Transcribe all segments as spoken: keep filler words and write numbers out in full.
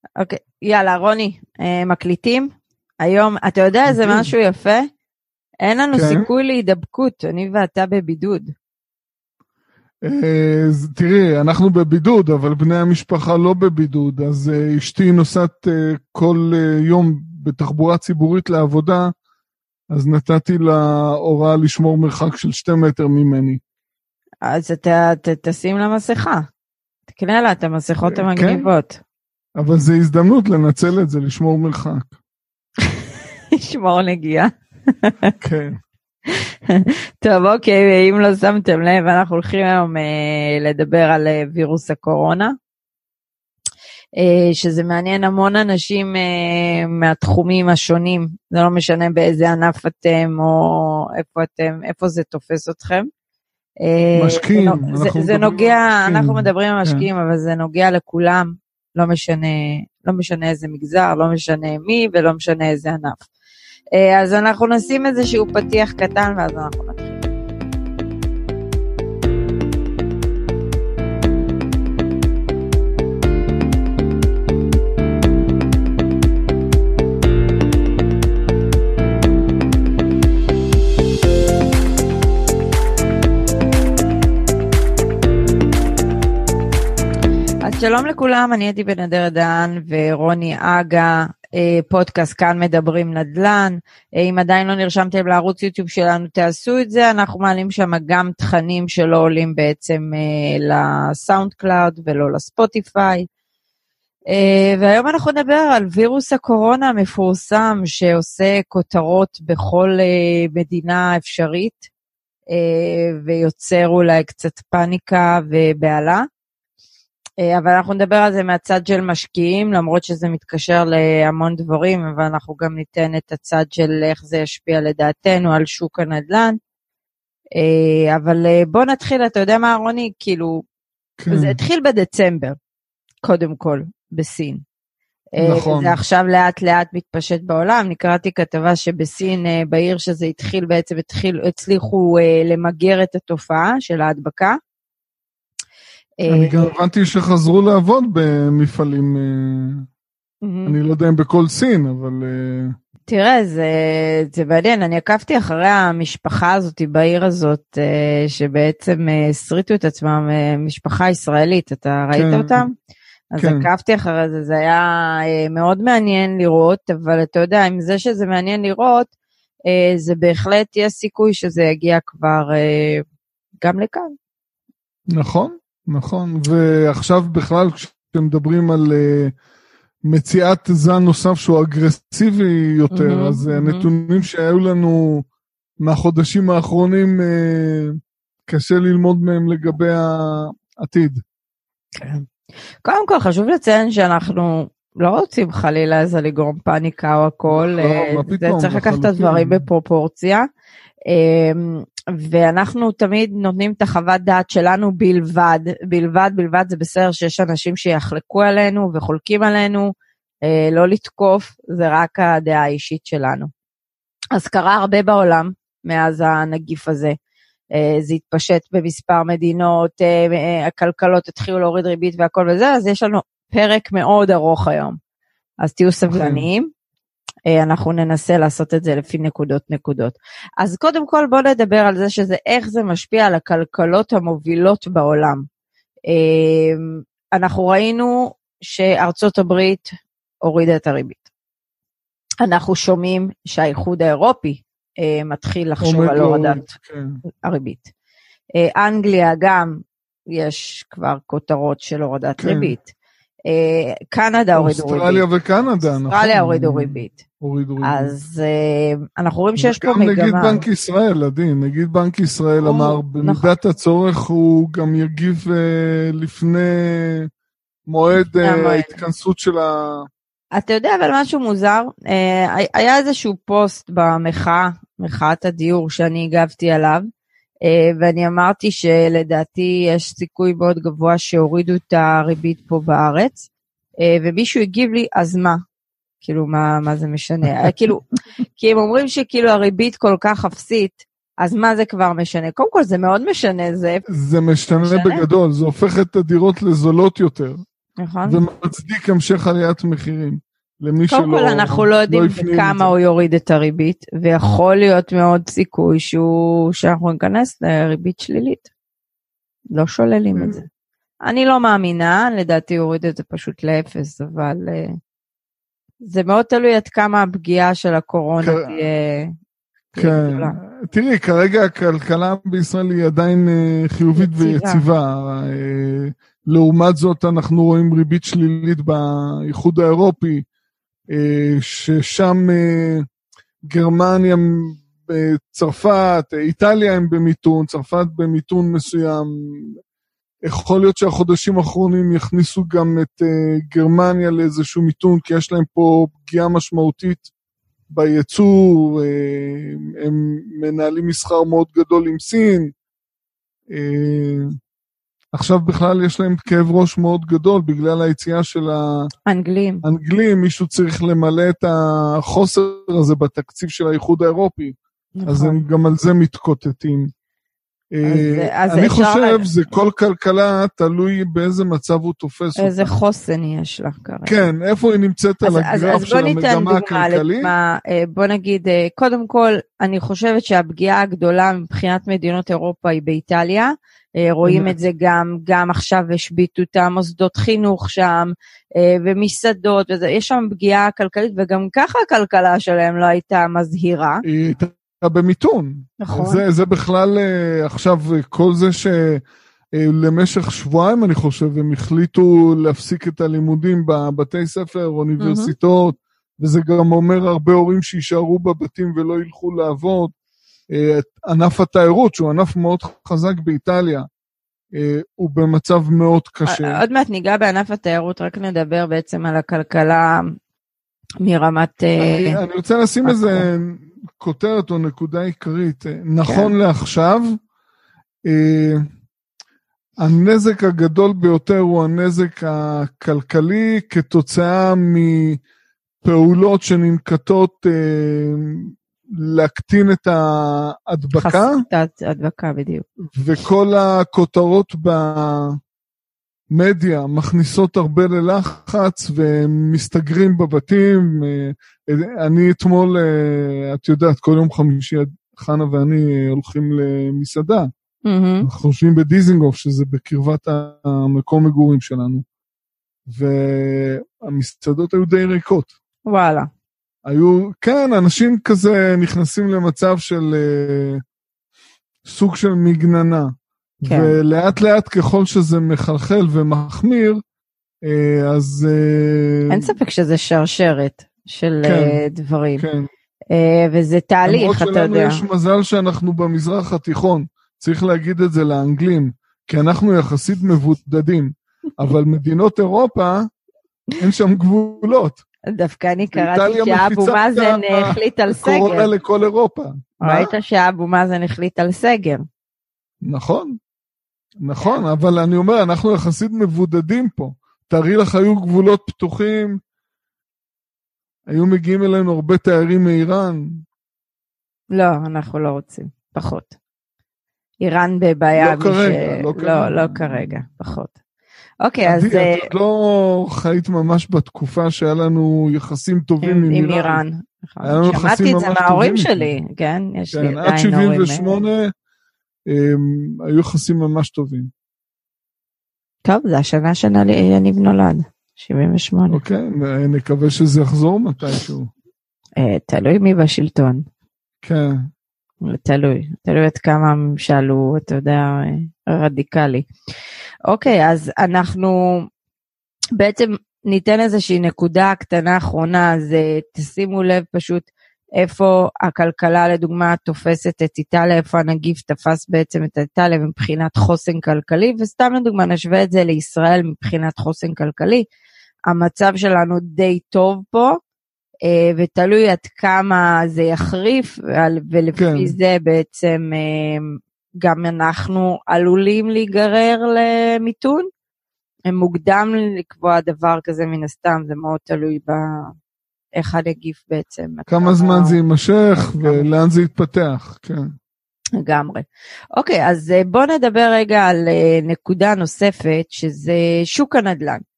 אוקיי, יאללה, רוני, מקליטים. היום, אתה יודע איזה משהו יפה? אין לנו סיכוי להידבקות, אני ואתה בבידוד. תראי, אנחנו בבידוד, אבל בני המשפחה לא בבידוד, אז אשתי נוסעת כל יום בתחבורה ציבורית לעבודה, אז נתתי לה הוראה לשמור מרחק של שתי מטר ממני. אז אתה תשים לה מסכה. תקנה לה את המסכות המגניבות. אבל זה הזדמנות לנצל את זה, לשמור מרחק. לשמור נגיעה. כן. טוב, אוקיי, אם לא שמתם לב, אנחנו הולכים היום אה, לדבר על אה, וירוס הקורונה, אה, שזה מעניין המון אנשים אה, מהתחומים השונים, זה לא משנה באיזה ענף אתם, או איפה אתם, איפה זה תופס אתכם. אה, משקיעים. זה, זה, זה נוגע, אנחנו מדברים על משקיעים, כן. אבל זה נוגע לכולם, לא משנה, לא משנה איזה מגזר, לא משנה מי, ולא משנה איזה ענף. אז אנחנו נשים איזשהו פתיח קטן, ואז אנחנו נתחיל. אז שלום לכולם, אני הייתי בנדר דן ורוני אגה, פודקאסט כאן מדברים נדל"ן. אם עדיין לא נרשמתם לערוץ יוטיוב שלנו, תעשו את זה, אנחנו מעלים שם גם תכנים שלא עולים בעצם לסאונד קלאוד ולא לספוטיפיי. והיום אנחנו נדבר על וירוס הקורונה המפורסם שעושה כותרות בכל מדינה אפשרית, ויוצר אולי קצת פאניקה ובעלה. אבל אנחנו נדבר על זה מהצד של משקיעים, למרות שזה מתקשר להמון דברים, אבל אנחנו גם ניתן את הצד של איך זה ישפיע לדעתנו על שוק הנדל"ן. אבל בוא נתחיל, אתה יודע מה רוני? כאילו, כן. זה התחיל בדצמבר, קודם כל, בסין. נכון. זה עכשיו לאט לאט מתפשט בעולם, נקראתי כתבה שבסין, בעיר שזה התחיל, בעצם התחיל, הצליחו למגר את התופעה של ההדבקה, אני גם הבנתי שחזרו לעבוד במפעלים, אני לא יודע אם בכל סין, אבל... תראה, זה מעניין, אני עקבתי אחרי המשפחה הזאת בעיר הזאת, שבעצם הסריטו את עצמם, משפחה ישראלית, אתה ראית אותם? אז עקבתי אחרי זה, זה היה מאוד מעניין לראות, אבל אתה יודע, עם זה שזה מעניין לראות, זה בהחלט יש סיכוי שזה יגיע כבר גם לכאן. נכון. נכון, ועכשיו בכלל כשמדברים על uh, מציאת זן נוסף שהוא אגרסיבי יותר, mm-hmm, אז mm-hmm. הנתונים שהיו לנו מהחודשים האחרונים, uh, קשה ללמוד מהם לגבי העתיד. כן. קודם כל חשוב לציין שאנחנו לא רוצים חלילה איזה לגרום פאניקה או הכל, לא, uh, זה צריך לקחת את הדברים בפרופורציה, um, ואנחנו תמיד נותנים את החוות דעת שלנו בלבד, בלבד, בלבד זה בסדר שיש אנשים שיחלקו עלינו וחולקים עלינו, אה, לא לתקוף, זה רק הדעה האישית שלנו. אז קרה הרבה בעולם מאז הנגיף הזה, אה, זה התפשט במספר מדינות, אה, אה, הכלכלות התחילו להוריד ריבית והכל וזה, אז יש לנו פרק מאוד ארוך היום, אז תהיו סבלניים. אנחנו ננסה לעשות את זה לפי נקודות נקודות. אז קודם כל בוא נדבר על זה שזה איך זה משפיע על הכלכלות המובילות בעולם. אנחנו ראינו שארצות הברית הורידה את הריבית. אנחנו שומעים שהאיחוד האירופי מתחיל לחשוב על הורדת הריבית. אנגליה גם יש כבר כותרות של הורדת ריבית. קנדה הורידו ריבית. אוסטרליה וקנדה, נכון. אוסטרליה הורידו ריבית. הורידו ריבית. אז אנחנו רואים שיש פה מגמה. וגם נגיד בנק ישראל, עדין, נגיד בנק ישראל אמר, במידת הצורך הוא גם יגיב לפני מועד ההתכנסות של ה... אתה יודע, אבל משהו מוזר, היה איזשהו פוסט במחאה, מחאת הדיור שאני הגבתי עליו, ואני אמרתי שלדעתי יש סיכוי מאוד גבוה שהורידו את הריבית פה בארץ, ומישהו הגיב לי, אז מה? כאילו, מה, מה זה משנה? כאילו, כי הם אומרים שכאילו הריבית כל כך אפסית, אז מה זה כבר משנה? קודם כל זה מאוד משנה, זה... זה משנה, משנה בגדול, זה הופך את הדירות לזולות יותר. נכון. ומצדיק המשך עליית מחירים. למי שלא... קודם כל אנחנו לא יודעים בכמה הוא יוריד את הריבית, ויכול להיות מאוד סיכוי שהוא, שאנחנו ניכנס לריבית שלילית. לא שוללים את זה. אני לא מאמינה, לדעתי יוריד את זה פשוט לאפס, אבל זה מאוד תלוי עד כמה הפגיעה של הקורונה תהיה... כן, תראי, כרגע הכלכלה בישראל היא עדיין חיובית ויציבה. לעומת זאת אנחנו רואים ריבית שלילית באיחוד האירופי, ששם גרמניה, צרפת, איטליה הם במיתון, צרפת במיתון מסוים. יכול להיות שהחודשים האחרונים יכניסו גם את גרמניה לאיזשהו מיתון, כי יש להם פה פגיעה משמעותית בייצור, הם מנהלים מסחר מאוד גדול עם סין, עכשיו בכלל יש להם כאב ראש מאוד גדול, בגלל היציאה של האנגלים. האנגלים, מישהו צריך למלא את החוסר הזה בתקציב של האיחוד האירופי, נכון. אז הם גם על זה מתקוטטים. אז, אז אני חושב, זה כל כלכלה תלוי באיזה מצב הוא תופס אותה. איזה חוסן יש לך כרגע. כן, איפה היא נמצאת על הגרף של המגמה הכלכלית? בוא נגיד, קודם כל, אני חושבת שהפגיעה הגדולה מבחינת מדינות אירופה היא באיטליה, רואים את זה גם, גם עכשיו השביתו את המוסדות חינוך שם, ומסעדות, יש שם פגיעה כלכלית, וגם ככה הכלכלה שלהם לא הייתה מזהירה. היא הייתה במיתון. נכון. זה, זה בכלל, עכשיו, כל זה שלמשך שבועיים, אני חושב, הם החליטו להפסיק את הלימודים בבתי ספר, אוניברסיטאות, mm-hmm. וזה גם אומר הרבה הורים שישארו בבתים ולא ילכו לעבוד. ענף התיירות, שהוא ענף מאוד חזק באיטליה, הוא במצב מאוד קשה. עוד מעט ניגע בענף התיירות, רק נדבר בעצם על הכלכלה מרמת... אני, אני רוצה לשים איזה כותרת או נקודה עיקרית. נכון לעכשיו, הנזק הגדול ביותר הוא הנזק הכלכלי, כתוצאה מפעולות שננקטות להקטין את ההדבקה. חסיטת הדבקה בדיוק. וכל הכותרות במדיה מכניסות הרבה ללחץ ומסתגרים בבתים. אני אתמול, את יודעת, כל יום חמישי חנה ואני הולכים למסעדה. Mm-hmm. אנחנו חושבים בדיזינגוף, שזה בקרבת המקום מגורים שלנו. והמסעדות היו די ריקות. וואלה. היו, כן, אנשים כזה נכנסים למצב של uh, סוג של מגננה. כן. ולאט לאט ככל שזה מחלחל ומחמיר, uh, אז... Uh, אין ספק שזה שרשרת של כן, uh, דברים. כן. Uh, וזה תהליך, אתה יודע. למרות שלנו יש מזל שאנחנו במזרח התיכון. צריך להגיד את זה לאנגלים, כי אנחנו יחסית מבודדים. אבל מדינות אירופה, אין שם גבולות. דווקא אני קראתי שאבו מאזן החליט על סגר. הקורונה לכל אירופה. ראית שאבו מאזן החליט על סגר. נכון, נכון, אבל אני אומר, אנחנו יחסית מבודדים פה. תארי לך, היו גבולות פתוחים, היו מגיעים אלינו הרבה תיירים מאיראן. לא, אנחנו לא רוצים, פחות. איראן בבעיה. לא כרגע, לא כרגע. לא כרגע, פחות. אוקיי, אז... את לא חיית ממש בתקופה שהיה לנו יחסים טובים עם איראן. שמעתי את זה מההורים שלי, כן? יש לי עדיין הורים. עד שבעים ושמונה היו יחסים ממש טובים. טוב, זה השנה שאני נולד, שבעים ושמונה. אוקיי, נקווה שזה יחזור מתישהו. תלוי מי בשלטון. כן. תלוי, תלוי עד כמה הממשל הוא, אתה יודע, רדיקלי. אוקיי, אז אנחנו בעצם ניתן איזושהי נקודה קטנה אחרונה, אז תשימו לב פשוט איפה הכלכלה לדוגמה תופסת את איטליה, איפה הנגיף תפס בעצם את איטליה מבחינת חוסן כלכלי, וסתם לדוגמה נשווה את זה לישראל מבחינת חוסן כלכלי, המצב שלנו די טוב פה, ותלוי עד כמה זה יחריף, ולפי כן. זה בעצם גם אנחנו עלולים להיגרר למיתון, מוקדם לקבוע דבר כזה מן הסתם, זה מאוד תלוי באיך הנגיף בעצם. כמה זמן זה יימשך ולאן זה יתפתח, כן. לגמרי. אוקיי, אז בואו נדבר רגע על נקודה נוספת, שזה שוק הנדל"ן.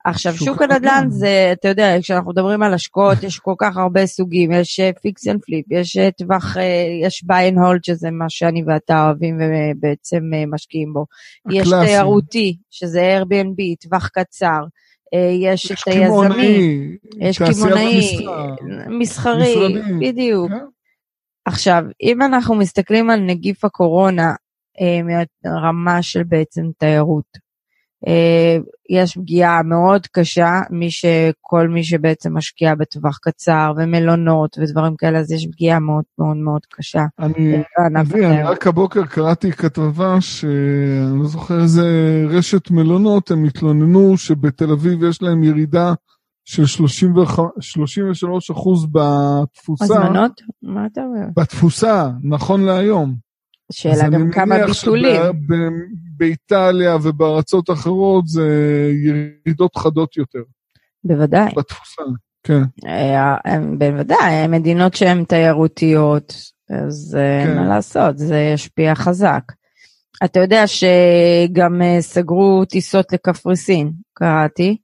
עכשיו, שוק הנדל"ן זה, אתה יודע, כשאנחנו מדברים על השקעות, יש כל כך הרבה סוגים, יש פיקס אנד פליפ, יש טווח, יש buy and hold, שזה מה שאני ואתה אוהבים ובעצם משקיעים בו. יש תיירותי, שזה Airbnb, טווח קצר. יש את היזמי, יש כימונאי, מסחרי, בדיוק. עכשיו, אם אנחנו מסתכלים על נגיף הקורונה, מהרמה של בעצם תיירות, יש פגיעה מאוד קשה, מי שכל מי שבעצם משקיע בטווח קצר ומלונות ודברים כאלה, אז יש פגיעה מאוד מאוד מאוד קשה. אני, אני רק הבוקר קראתי כתבה שאני לא זוכר איזה רשת מלונות, הם התלוננו שבתל אביב יש להם ירידה של שלושים ושלושה אחוז בתפוסה. הזמנות? מה אתה אומר? בתפוסה, נכון להיום. שאלה גם כמה ביטולים. באיטליה ובארצות אחרות זה ירידות חדות יותר. בוודאי. בתפוסה, כן. בוודאי, מדינות שהן תיירותיות, אז מה לעשות, זה ישפיע חזק. אתה יודע שגם סגרו טיסות לקפריסין, קראתי.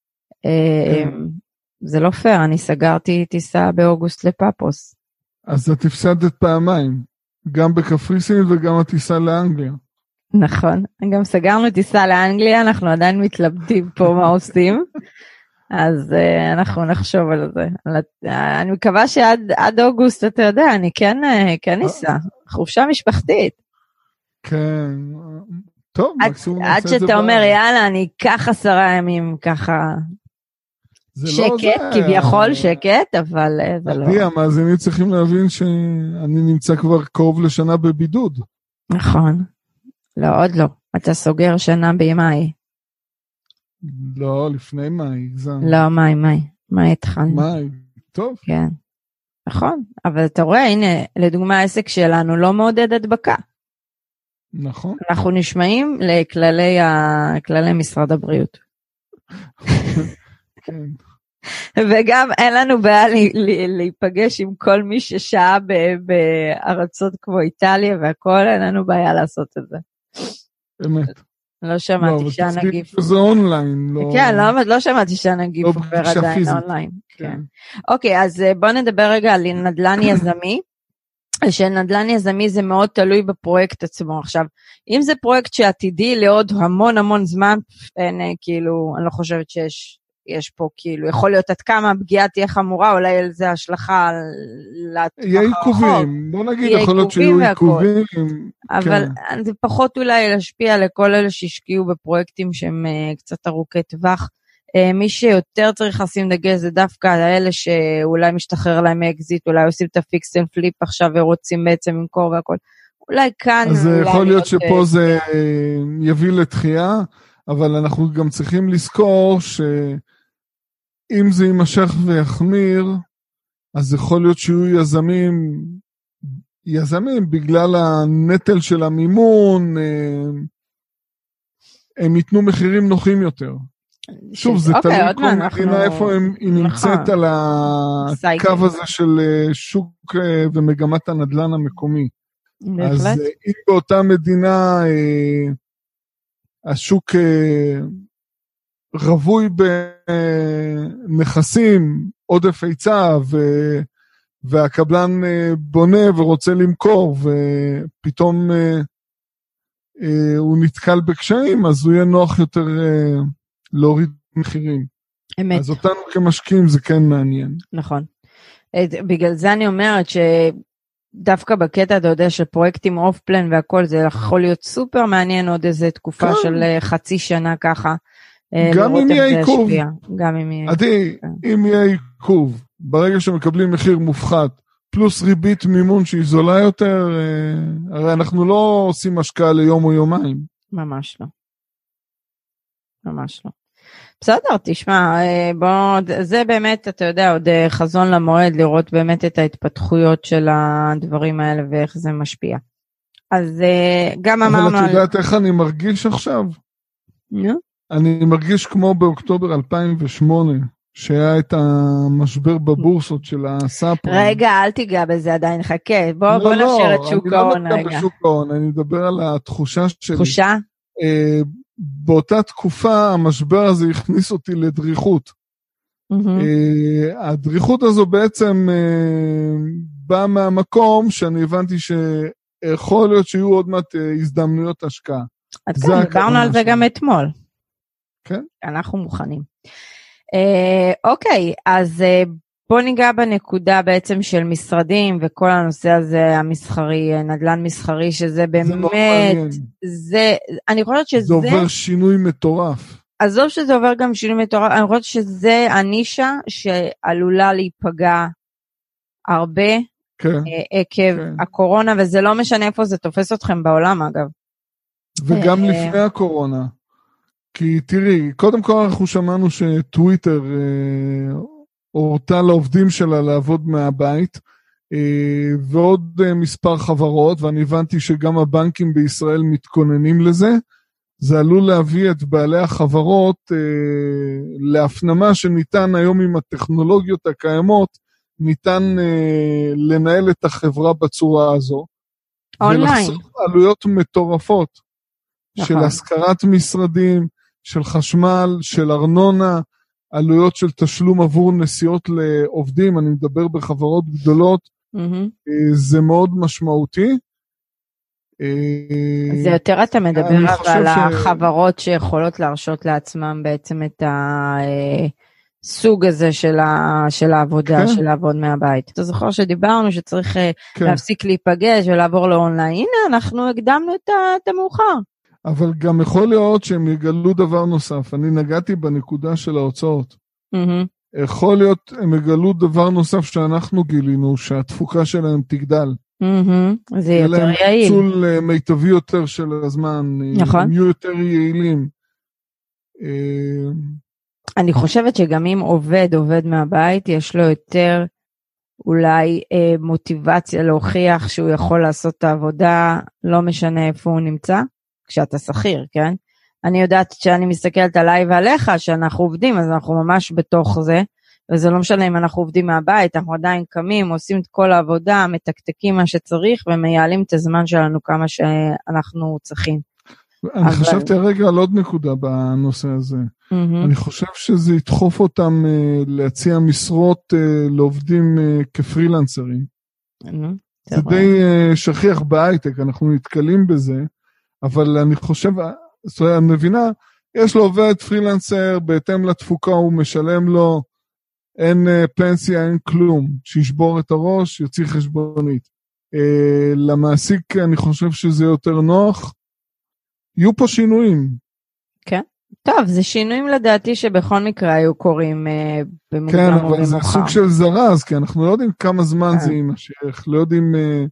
זה לא פייר, אני סגרתי טיסה באוגוסט לפאפוס. אז את הפסדת פעמיים. גם בקפריסין וגם הטיסה לאנגליה. נכון, גם סגרנו טיסה לאנגליה, אנחנו עדיין מתלבטים פה מה עושים, אז uh, אנחנו נחשוב על זה. אני מקווה שעד עד אוגוסט, אתה יודע, אני כן, כן ניסה, חופשה משפחתית. כן, טוב, מקסימום עד שאתה אומר, יאללה, אני אקח עשרה ימים ככה, שקט, כביכול שקט, אבל זה לא. עדי, המאזינים צריכים להבין שאני נמצא כבר קרוב לשנה בבידוד. נכון. לא, עוד לא. אתה סוגר שנה במאי. לא, לפני מאי. לא, מאי, מאי. מאי התחלנו. מאי, טוב. כן. נכון, אבל אתה רואה, הנה, לדוגמה, העסק שלנו לא מעודד הדבקה. נכון. אנחנו נשמעים לכללי משרד הבריאות. כן. וגם אין לנו בעיה להיפגש עם כל מי ששעה בארצות כמו איטליה והכל, אין לנו בעיה לעשות את זה. באמת. לא שמעתי שהנגיף... זה אונליין. כן, לא שמעתי שהנגיף עובר עדיין אונליין. אוקיי, אז בוא נדבר רגע על נדל"ן יזמי. שנדל"ן יזמי זה מאוד תלוי בפרויקט עצמו. עכשיו, אם זה פרויקט שעתידי לעוד המון המון זמן, אין, כאילו, אני לא חושבת שיש יש פה כאילו, יכול להיות עד כמה הפגיעה תהיה חמורה, אולי על זה השלכה לטווח יהיה עיכובים, בוא נגיד, יכול להיות שיהיו עיכובים. אבל זה פחות אולי להשפיע לכל אלה שהשקיעו בפרויקטים שהם קצת ארוכי טווח. מי שיותר צריך לשים דגש זה דווקא האלה שאולי משתחרר להם אקזיט, אולי עושים את הפיקס אנד פליפ עכשיו ורוצים בעצם למכור והכל. אולי כאן... אז יכול להיות שפה זה יביא לתחייה, אבל אנחנו גם צריכים לזכור שאם זה יימשך ויחמיר, אז יכול להיות שיהיו יזמים, יזמים בגלל הנטל של המימון, הם ייתנו מחירים נוחים יותר. שוב, זה תלוי כל מדינה איפה היא נמצאת על הקו הזה של שוק ומגמת הנדל"ן המקומי. אז אם באותה מדינה השוק רווי בנכסים, עודף היצע, והקבלן בונה ורוצה למכור, ופתאום הוא נתקל בקשיים, אז הוא יהיה נוח יותר להוריד מחירים. אמת. אז אותנו כמשקיעים זה כן מעניין. נכון. בגלל זה אני אומרת שדווקא בקטע, אתה יודע, של פרויקטים אוף פלן והכל, זה יכול להיות סופר מעניין עוד איזה תקופה כן. של חצי שנה ככה. גם אם יהיה עיכוב. גם אם יהיה עדי, אם יהיה עיכוב, ברגע שמקבלים מחיר מופחת, פלוס ריבית מימון שהיא זולה יותר, הרי אנחנו לא עושים השקעה ליום או יומיים. ממש לא. ממש לא. בסדר, תשמע, בוא, זה באמת, אתה יודע, עוד חזון למועד, לראות באמת את ההתפתחויות של הדברים האלה ואיך זה משפיע. אז גם אמרנו... אבל את יודעת איך אני מרגיש עכשיו? נו? אני מרגיש כמו באוקטובר אלפיים ושמונה, שהיה את המשבר בבורסות של הסאפרים. רגע, אל תיגע בזה עדיין, חכה, בוא, בוא נשאר את שוק ההון. אני לא מדבר בשוק ההון, אני מדבר על התחושה שלי. תחושה? באותה תקופה המשבר הזה הכניס אותי לדריכות. Mm-hmm. הדריכות הזו בעצם באה מהמקום שאני הבנתי שיכול להיות שיהיו עוד מעט הזדמנויות השקעה. עד כאן, דיברנו על זה גם אתמול. כן. אנחנו מוכנים. אוקיי, אז בוא ניגע בנקודה בעצם של משרדים וכל הנושא הזה המסחרי, נדל"ן מסחרי, שזה באמת, זה, אני חושבת שזה... זה עובר שינוי מטורף. עזוב שזה עובר גם שינוי מטורף, אני חושבת שזה הנישה שעלולה להיפגע הרבה כן, עקב כן. הקורונה, וזה לא משנה איפה זה תופס אתכם בעולם אגב. וגם לפני הקורונה. כי תראי, קודם כל אנחנו שמענו שטוויטר הורתה לעובדים שלה לעבוד מהבית, ועוד מספר חברות, ואני הבנתי שגם הבנקים בישראל מתכוננים לזה, זה עלול להביא את בעלי החברות להפנמה שניתן היום עם הטכנולוגיות הקיימות, ניתן לנהל את החברה בצורה הזו. אונליין. ולחסוך עלויות מטורפות נכון. של השכרת משרדים, של חשמל, של ארנונה, עלויות של תשלום עבור נסיעות לעובדים, אני מדבר בחברות גדולות, mm-hmm. זה מאוד משמעותי. זה יותר אתה מדבר על החברות ש... שיכולות להרשות לעצמם בעצם את הסוג הזה של, ה... של העבודה, כן. של לעבוד מהבית. אתה זוכר שדיברנו שצריך כן. להפסיק להיפגש ולעבור לאונליין, הנה אנחנו הקדמנו את, ה... את המאוחר. אבל גם יכול להיות שהם יגלו דבר נוסף, אני נגעתי בנקודה של ההוצאות. Mm-hmm. יכול להיות הם יגלו דבר נוסף שאנחנו גילינו, שהתפוקה שלהם תגדל. Mm-hmm. זה יותר יעיל. יהיה להם ניצול מיטבי יותר של הזמן, נכון. הם יהיו יותר יעילים. אני חושבת שגם אם עובד עובד מהבית, יש לו יותר אולי אה, מוטיבציה להוכיח שהוא יכול לעשות את העבודה, לא משנה איפה הוא נמצא. כשאתה שכיר, כן? אני יודעת שאני מסתכלת עליי ועליך, שאנחנו עובדים, אז אנחנו ממש בתוך זה, וזה לא משנה אם אנחנו עובדים מהבית, אנחנו עדיין קמים, עושים את כל העבודה, מתקתקים מה שצריך, ומייעלים את הזמן שלנו כמה שאנחנו צריכים. אני אבל... חשבתי הרגע על עוד נקודה בנושא הזה. Mm-hmm. אני חושב שזה ידחוף אותם uh, להציע משרות uh, לעובדים uh, כפרילנסרים. Mm-hmm. זה די uh, שכיח בהייטק, אנחנו נתקלים בזה, אבל אני חושב, זאת אומרת, אני מבינה, יש לו עובד פרילנסר, בהתאם לתפוקה הוא משלם לו, אין פנסיה, אין כלום, שישבור את הראש, יוציא חשבונית. אה, למעסיק אני חושב שזה יותר נוח, יהיו פה שינויים. כן, טוב, זה שינויים לדעתי שבכל מקרה היו קוראים אה, במוקדם כן, או במאוחר. אבל זה סוג של זרז, כי אנחנו לא יודעים כמה זמן כן. זה יימשך, לא יודעים, אה,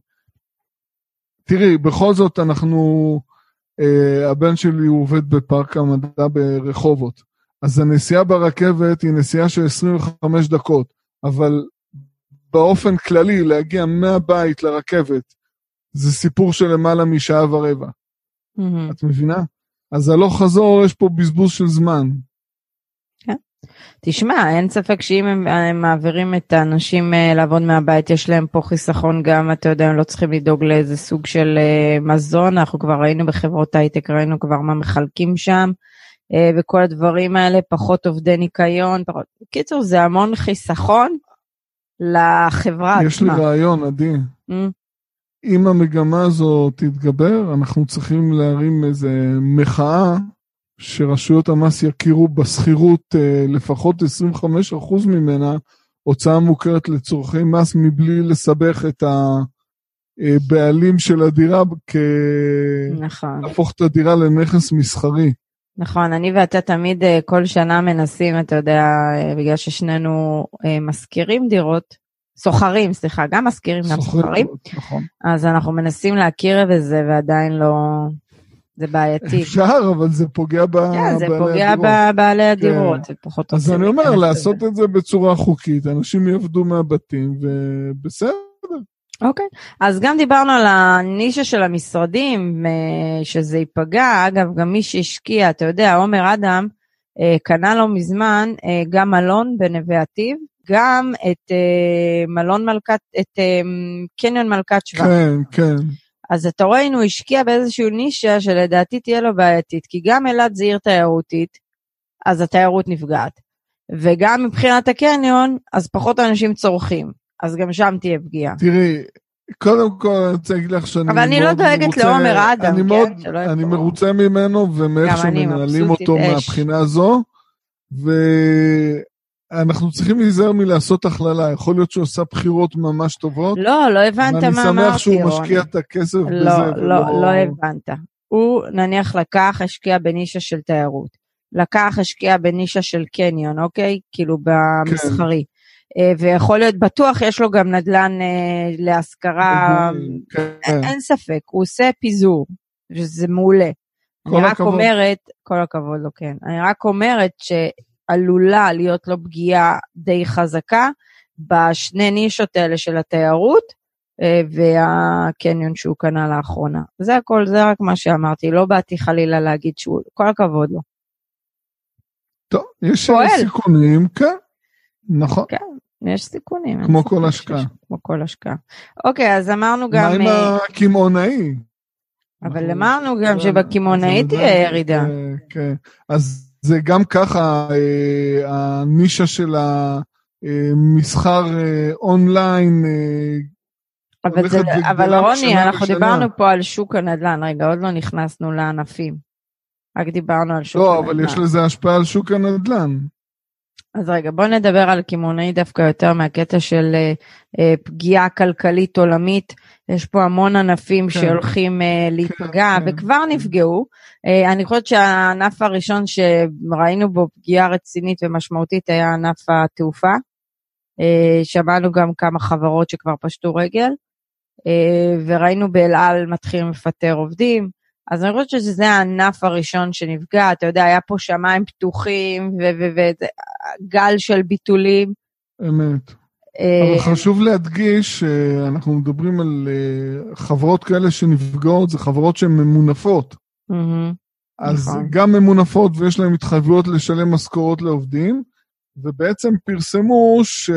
תראי, בכל זאת אנחנו... הבן שלי הוא עובד בפארק המדע ברחובות, אז הנסיעה ברכבת היא נסיעה של עשרים וחמש דקות, אבל באופן כללי להגיע מהבית לרכבת, זה סיפור של למעלה משעה ורבע. Mm-hmm. את מבינה? אז הלוך חזור יש פה בזבוז של זמן. כן. תשמע, אין ספק שאם הם, הם מעבירים את האנשים לעבוד מהבית, יש להם פה חיסכון גם, אתה יודע, הם לא צריכים לדאוג לאיזה סוג של מזון, אנחנו כבר ראינו בחברות הייטק, ראינו כבר מה מחלקים שם, וכל הדברים האלה, פחות עובדי ניקיון, פחות... קיצור, זה המון חיסכון לחברה עצמה. יש לי רעיון, עדי. Mm. אם המגמה הזו תתגבר, אנחנו צריכים להרים איזה מחאה, שרשויות המס יכירו בסחירות לפחות עשרים וחמישה אחוז ממנה, הוצאה מוכרת לצורכי מס מבלי לסבך את הבעלים של הדירה, נכון. להפוך את הדירה לנכס מסחרי. נכון, אני ואתה תמיד כל שנה מנסים, אתה יודע, בגלל ששנינו מזכירים דירות, סוחרים, סליחה, גם מזכירים, גם סוחרים, נכון. אז אנחנו מנסים להכיר בזה ועדיין לא... זה בעייתי. אפשר, אבל זה פוגע בבעלי הדירות. כן, זה פוגע בבעלי הדירות. אז אני אומר, לעשות את זה בצורה חוקית, אנשים יעבדו מהבתים, ובסדר. אוקיי, אז גם דיברנו על הנישה של המשרדים, שזה ייפגע, אגב, גם מי שהשקיע, אתה יודע, עומר אדם, קנה לו מזמן, גם מלון בנווה עתיב, גם את מלון מלכת, את קניון מלכת שבא. כן, כן. אז אתה רואה אם הוא השקיע באיזשהו נישה שלדעתי תהיה לו בעייתית, כי גם אלעד זה עיר תיירותית, אז התיירות נפגעת. וגם מבחינת הקניון, אז פחות אנשים צורכים, אז גם שם תהיה פגיעה. תראי, קודם כל אני רוצה להגיד לך שאני מאוד מרוצה, אבל אני לא דואגת לעומר אדם, אני, כן? מאוד, אני פה. מרוצה ממנו, ומאיך שמנהלים אותו אש. מהבחינה הזו, ואנחנו צריכים להיזהר מלעשות הכללה, יכול להיות שהוא עושה בחירות ממש טובות. לא, לא הבנת מה אמרתי. ואני שמח שהוא משקיע את הכסף לא, בזה. לא, ולא... לא הבנת. הוא נניח לקח, השקיע בנישה של תיירות. לקח, השקיע בנישה של קניון, אוקיי? כאילו במסחרי. כן. ויכול להיות בטוח, יש לו גם נדלן להשכרה, כן. אין ספק, הוא עושה פיזור, שזה מעולה. אני רק הכבוד. אומרת, כל הכבוד לו, כן. אני רק אומרת שעלולה להיות לו פגיעה די חזקה, בשני נישות האלה של התיירות, והקניון שהוא קנה לאחרונה. זה הכל, זה רק מה שאמרתי, לא באתי חלילה להגיד שהוא, כל הכבוד לו. טוב, יש סיכונים, כן, נכון. כן, יש סיכונים. כמו כל השקעה. כמו כל השקעה. אוקיי, אז אמרנו גם... מה עם הכימונאי? אבל אמרנו גם שבכימונאי תהיה ירידה. כן, אז זה גם ככה, הנישה של המסחר אונליין, אבל, זה, אבל רוני, אנחנו בשנה. דיברנו פה על שוק הנדל"ן, רגע, עוד לא נכנסנו לענפים, רק דיברנו על שוק לא, הנדל"ן. לא, אבל יש לזה השפעה על שוק הנדל"ן. אז רגע, בוא נדבר על כימונאי דווקא יותר מהקטע של אה, פגיעה כלכלית עולמית, יש פה המון ענפים כן. שהולכים אה, להיפגע, כן, וכבר כן. נפגעו, אה, אני חושבת שהענף הראשון שראינו בו פגיעה רצינית ומשמעותית היה ענף התעופה, אה, שמענו גם כמה חברות שכבר פשטו רגל, וראינו באלעל מתחילים לפטר עובדים, אז אני חושבת שזה הענף הראשון שנפגע, אתה יודע, היה פה שמיים פתוחים, וגל של ביטולים. אמת. אבל חשוב להדגיש, אנחנו מדברים על חברות כאלה שנפגעות, זה חברות שהן ממונפות. אז גם ממונפות ויש להן התחייבויות לשלם משכורות לעובדים, ובעצם פרסמו ש...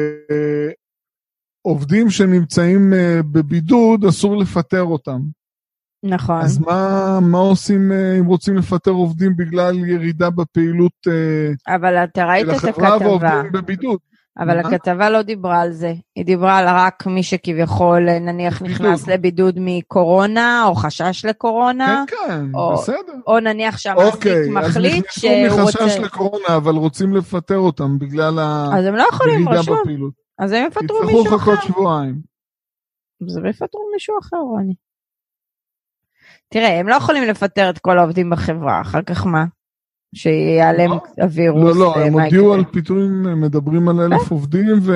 עובדים שנמצאים בבידוד, אסור לפטר אותם. נכון. אז מה, מה עושים אם רוצים לפטר עובדים בגלל ירידה בפעילות אבל אתה ראית את הכתבה. ועובדים בבידוד. אבל מה? הכתבה לא דיברה על זה. היא דיברה על רק מי שכביכול נניח בבידוד. נכנס לבידוד מקורונה, או חשש לקורונה. כן, כן, או, בסדר. או נניח שהמעסיק אוקיי, מחליט שהוא רוצה... אז נכנסו מחשש לקורונה, אבל רוצים לפטר אותם בגלל אז הם לא יכולים הירידה בפעילות. אז הם יפטרו מישהו אחר. יצטרכו לחכות שבועיים. אז הם יפטרו מישהו אחר, רוני. תראה, הם לא יכולים לפטר את כל העובדים בחברה, אחר כך מה? שיעלם הווירוס. לא, לא, הם הודיעו על פיטורים, הם מדברים על אלף עובדים, ו...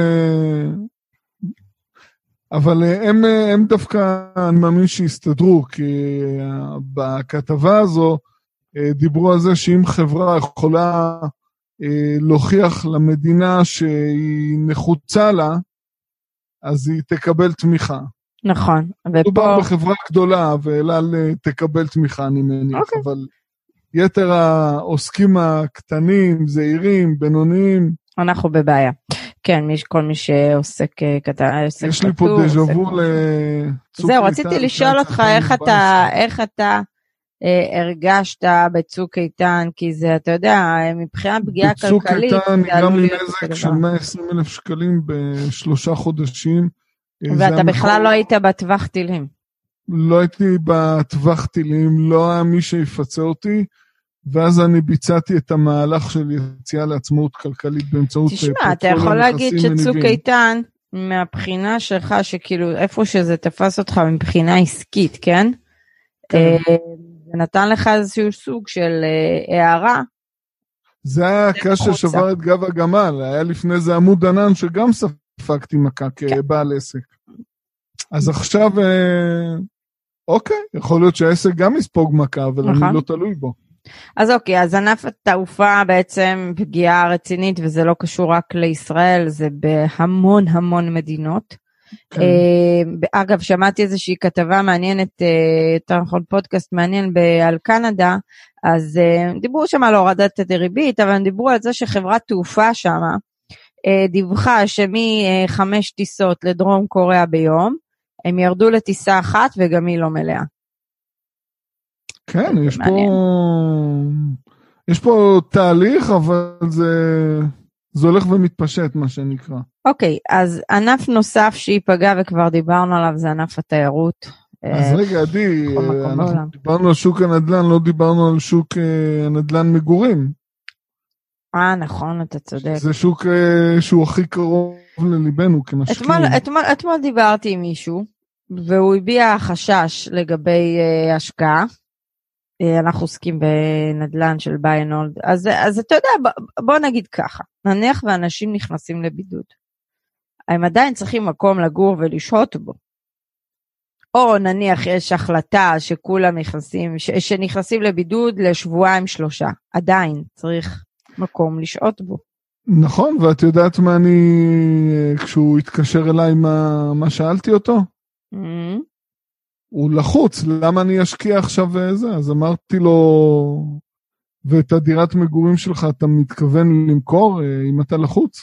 אבל הם, הם דווקא, אני מאמין שיסתדרו, כי בכתבה הזו דיברו על זה שאם חברה יכולה... להוכיח למדינה שהיא נחוצה לה, אז היא תקבל תמיכה. נכון. מדובר בחברה גדולה, ואלעל תקבל תמיכה, אני מניח, okay. אבל יתר העוסקים הקטנים, זעירים, בינוניים. אנחנו בבעיה. כן, כל מי שעוסק קטן. יש לי פה דז'אבו לצוק. זהו, רציתי לשאול אותך איך אתה, איך אתה, הרגשת בצוק איתן, כי זה, אתה יודע, מבחינת פגיעה כלכלית, בצוק איתן גם נזק של מאה ועשרים אלף שקלים בשלושה חודשים. ואתה בכלל לא היית בטווח טילים. לא הייתי בטווח טילים, לא היה מי שיפצה אותי, ואז אני ביצעתי את המהלך של יציאה לעצמאות כלכלית באמצעות... תשמע, אתה יכול להגיד שצוק איתן, מהבחינה שלך, שכאילו איפה שזה תפס אותך מבחינה עסקית, כן? כן. זה נתן לך איזשהו סוג של הערה. זה היה הקש ששבר את גב הגמל, היה לפני זה עמוד ענן שגם ספקתי מכה כבעל עסק. אז עכשיו, אוקיי, יכול להיות שהעסק גם יספוג מכה, אבל אני לא תלוי בו. אז אוקיי, אז ענף התעופה בעצם פגיעה רצינית, וזה לא קשור רק לישראל, זה בהמון המון מדינות. אגב, שמעתי איזושהי כתבה מעניינת, יותר נכון פודקאסט מעניין על קנדה, אז דיברו שם על הורדת הריבית, אבל דיברו על זה שחברת תעופה שם, דיווחה שמחמש טיסות לדרום קוריאה ביום, הם ירדו לטיסה אחת וגם היא לא מלאה. כן, יש פה, יש פה תהליך, אבל זה, זה הולך ומתפשט, מה שנקרא. אוקיי, אז ענף נוסף שיפגע וכבר דיברנו עליו, זה ענף התיירות. אז רגע, עדי, אנחנו דיברנו על שוק הנדל"ן, לא דיברנו על שוק הנדל"ן מגורים. אה, נכון, אתה צודק. זה שוק שהוא הכי קרוב לליבנו כמשקיעים. אתמול, אתמול, אתמול דיברתי עם מישהו, והוא הביע חשש לגבי uh, השקעה. Uh, אנחנו עוסקים בנדל"ן של ביי אנד הולד. אז, אז אתה יודע, בוא, בוא נגיד ככה, נניח ואנשים נכנסים לבידוד. הם עדיין צריכים מקום לגור ולשהות בו. או נניח יש החלטה שכולם נכנסים, ש, שנכנסים לבידוד לשבועיים שלושה. עדיין צריך מקום לשהות בו. נכון, ואת יודעת מה אני, כשהוא התקשר אליי, מה, מה שאלתי אותו? Mm-hmm. הוא לחוץ, למה אני אשקיע עכשיו וזה? אז אמרתי לו, ואת הדירת מגורים שלך אתה מתכוון למכור, אם אתה לחוץ?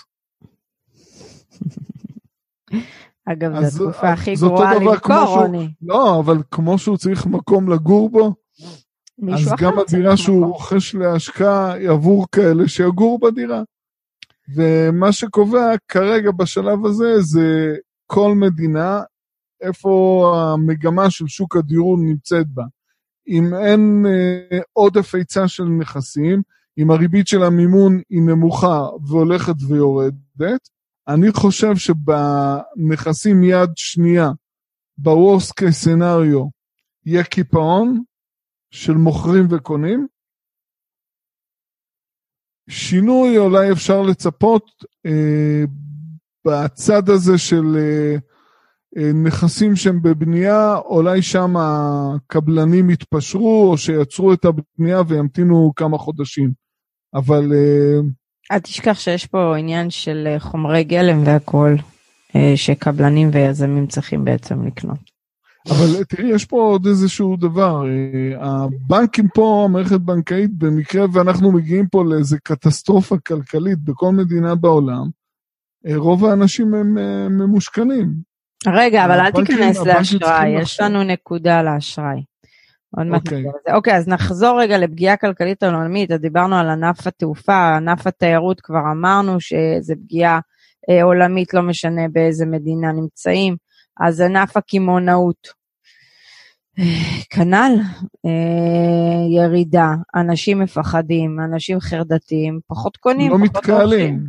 אגב, זו התקופה הכי גרועה למכור, רוני. לא, אבל כמו שהוא צריך מקום לגור בו, אז גם הדירה שהוא רוכש להשקעה עבור כאלה שיגור בדירה. ומה שקובע כרגע בשלב הזה זה כל מדינה, איפה המגמה של שוק הדיור נמצאת בה. אם אין אה, עודף היצע של נכסים, אם הריבית של המימון היא נמוכה והולכת ויורדת, אני חושב שבנכסים יד שנייה, ב-worst case scenario, יהיה קיפאון של מוכרים וקונים. שינוי אולי אפשר לצפות אה, בצד הזה של אה, אה, נכסים שהם בבנייה, אולי שם הקבלנים יתפשרו או שיצרו את הבנייה וימתינו כמה חודשים. אבל... אה, אל תשכח שיש פה עניין של חומרי גלם והכל, אה, שקבלנים ויזמים צריכים בעצם לקנות. אבל תראי, יש פה עוד איזשהו דבר, הבנקים פה, המערכת בנקאית, במקרה ואנחנו מגיעים פה לאיזו קטסטרופה כלכלית בכל מדינה בעולם, רוב האנשים הם ממושכנים. רגע, אבל אל תיכנס לאשראי, יש לנו נקודה לאשראי. אוקיי, אז נחזור רגע לפגיעה כלכלית עולמית, דיברנו על ענף התעופה, ענף התיירות, כבר אמרנו שזה פגיעה עולמית, לא משנה באיזה מדינה נמצאים, אז ענף הקמעונאות, כנ"ל, ירידה, אנשים מפחדים, אנשים חרדתיים, פחות קונים, לא מתקהלים.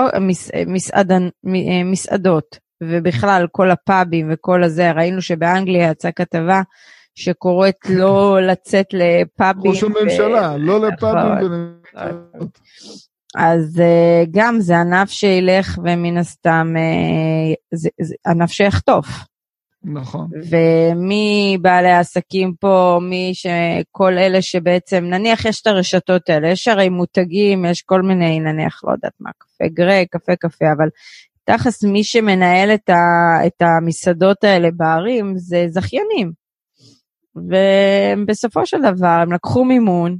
מסעדות, ובכלל כל הפאבים וכל הזה, ראינו שבאנגליה יצאה כתבה, שקוראת לא לצאת לפאבים. ראש הממשלה, לא לפאבים ולמסעדות. אז גם זה ענף שילך ומן הסתם זה, זה ענף שיחטוף. נכון. ומי בעלי העסקים פה, מי שכל אלה שבעצם, נניח יש את הרשתות האלה, יש הרי מותגים, יש כל מיני, נניח לא יודעת מה, קפה גרי, קפה קפה, אבל תכלס מי שמנהל את, ה, את המסעדות האלה בערים זה זכיינים. ובסופו של דבר הם לקחו מימון,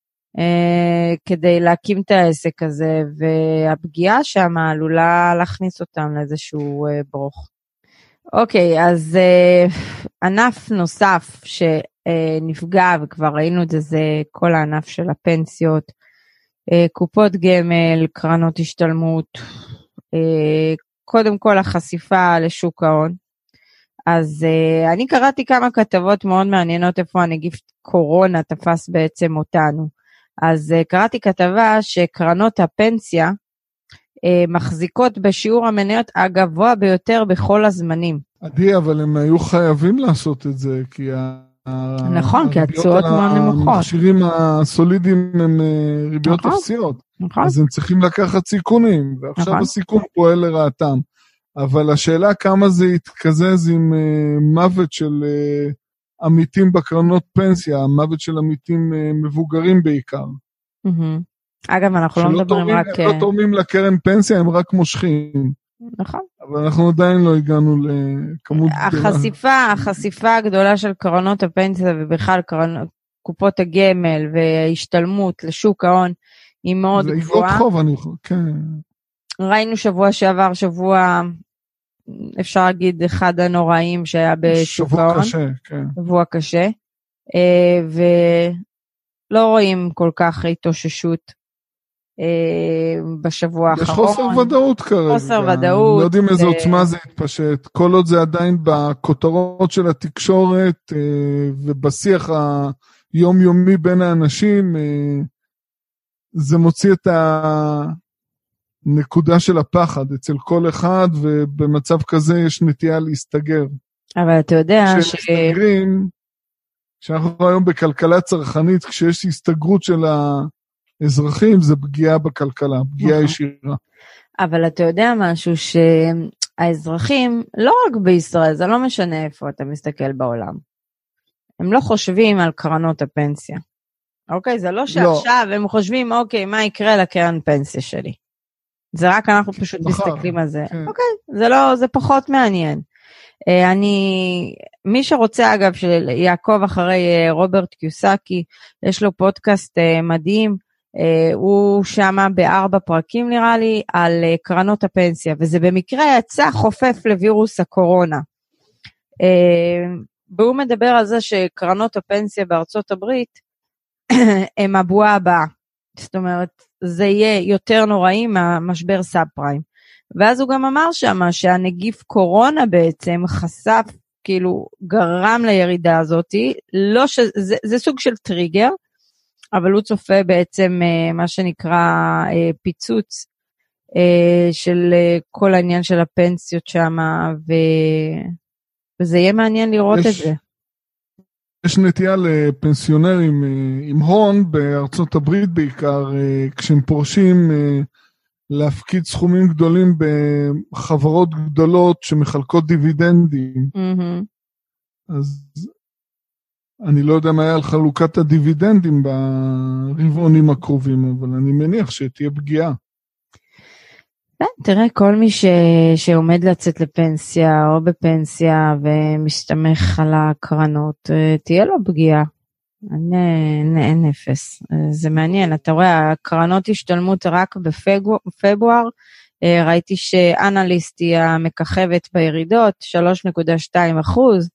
כדי להקים את העסק הזה, והפגיעה שם עלולה להכניס אותם לאיזשהו ברוך. אוקיי, אז ענף נוסף שנפגע, וכבר ראינו את זה, זה כל הענף של הפנסיות, קופות גמל, קרנות השתלמות, קודם כל החשיפה לשוק ההון. אז אני קראתי כמה כתבות מאוד מעניינות איפה הנגיף קורונה תפס בעצם אותנו. אז uh, קראתי כתבה שקרנות הפנסיה uh, מחזיקות בשיעור המניות הגבוה ביותר בכל הזמנים. עדי, אבל הם היו חייבים לעשות את זה, כי נכון, כי התשואות מאוד נמוכות. המכשירים הסולידיים הם uh, ריביות נכון, אפסיות, נכון. אז הם צריכים לקחת סיכונים, ועכשיו נכון. הסיכון פועל לרעתם. אבל השאלה כמה זה יתקזז עם uh, מוות של... Uh, עמיתים בקרנות פנסיה, המוות של עמיתים מבוגרים בעיקר. אגב, אנחנו לא מדברים רק... הם לא תורמים לקרן פנסיה, הם רק מושכים. נכון. אבל אנחנו עדיין לא הגענו לכמות... החשיפה, החשיפה הגדולה של קרנות הפנסיה, ובכלל קופות הגמל וההשתלמות לשוק ההון, היא מאוד גבוהה. זה איגרות חוב, אני יכול, כן. ראינו שבוע שעבר, שבוע אפשר להגיד אחד הנוראים שהיה בשוק ההון. שבוע קשה, כן. שבוע קשה, ולא רואים כל כך התאוששות בשבוע האחרון. יש חוסר ודאות כרגע. חוסר ודאות. לא יודעים איזה עוצמה זה יתפשט. כל עוד זה עדיין בכותרות של התקשורת, ובשיח היומיומי בין האנשים, זה מוציא את הנקודה של הפחד אצל כל אחד, ובמצב כזה יש נטייה להסתגר. אבל אתה יודע ש... כשמסתגרים, כשאנחנו היום בכלכלה צרכנית, כשיש הסתגרות של האזרחים, זה פגיעה בכלכלה, פגיעה ישירה. אבל אתה יודע משהו, שהאזרחים, לא רק בישראל, זה לא משנה איפה אתה מסתכל בעולם, הם לא חושבים על קרנות הפנסיה. אוקיי, זה לא שעכשיו הם חושבים, אוקיי, מה יקרה לקרן פנסיה שלי? זה רק אנחנו פשוט מסתכלים על זה. אוקיי, זה לא, זה פחות מעניין. אני, מי שרוצה אגב, של יעקב אחרי רוברט קיוסקי, יש לו פודקאסט מדהים, הוא שמה בארבע פרקים נראה לי, על קרנות הפנסיה, וזה במקרה יצא חופף לווירוס הקורונה. והוא מדבר על זה שקרנות הפנסיה בארצות הברית, הם הבועה הבאה. זאת אומרת, זה יהיה יותר נוראי מהמשבר סאב פריים. ואז הוא גם אמר שמה שהנגיף קורונה בעצם חשף, כאילו גרם לירידה הזאת, לא שזה, זה סוג של טריגר, אבל הוא צופה בעצם מה שנקרא פיצוץ של כל העניין של הפנסיות שם, ו... וזה יהיה מעניין לראות יש, את זה. יש נטייה לפנסיונרים עם הון, בארצות הברית בעיקר, כשהם פורשים להפקיד סכומים גדולים בחברות גדולות שמחלקות דיבידנדים. Mm-hmm. אז אני לא יודע מה היה על חלוקת הדיבידנדים ברבעונים הקרובים, אבל אני מניח שתהיה פגיעה. תראה, כל מי ש... שעומד לצאת לפנסיה או בפנסיה ומשתמך על הקרנות, תהיה לו פגיעה. אין, אין, אין אפס. זה מעניין, אתה רואה, הקרנות השתלמות רק בפברואר, ראיתי שאנליסט היא המככבת בירידות, שלוש נקודה שתיים אחוז,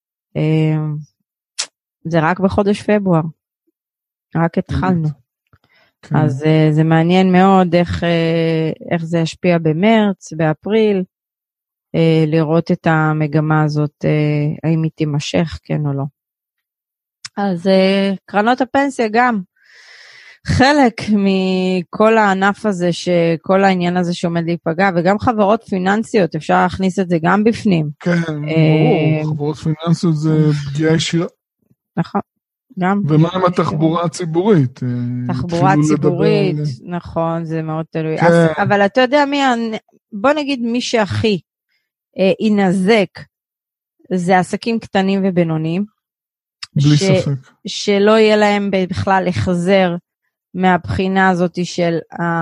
זה רק בחודש פברואר, רק התחלנו. כן. אז זה מעניין מאוד איך, איך זה ישפיע במרץ, באפריל, לראות את המגמה הזאת, האם היא תימשך, כן או לא. אז קרנות הפנסיה גם חלק מכל הענף הזה, שכל העניין הזה שעומד להיפגע, וגם חברות פיננסיות, אפשר להכניס את זה גם בפנים. כן, ברור, חברות פיננסיות זה פגיעה ישירה. נכון. ומה עם התחבורה הציבורית? תחבורה ציבורית, נכון, זה מאוד תלוי. אבל אתה יודע מי, בוא נגיד מי שהכי ינזק, זה עסקים קטנים ובינוניים. בלי ספק. שלא יהיה להם בכלל החזר מהבחינה הזאת של,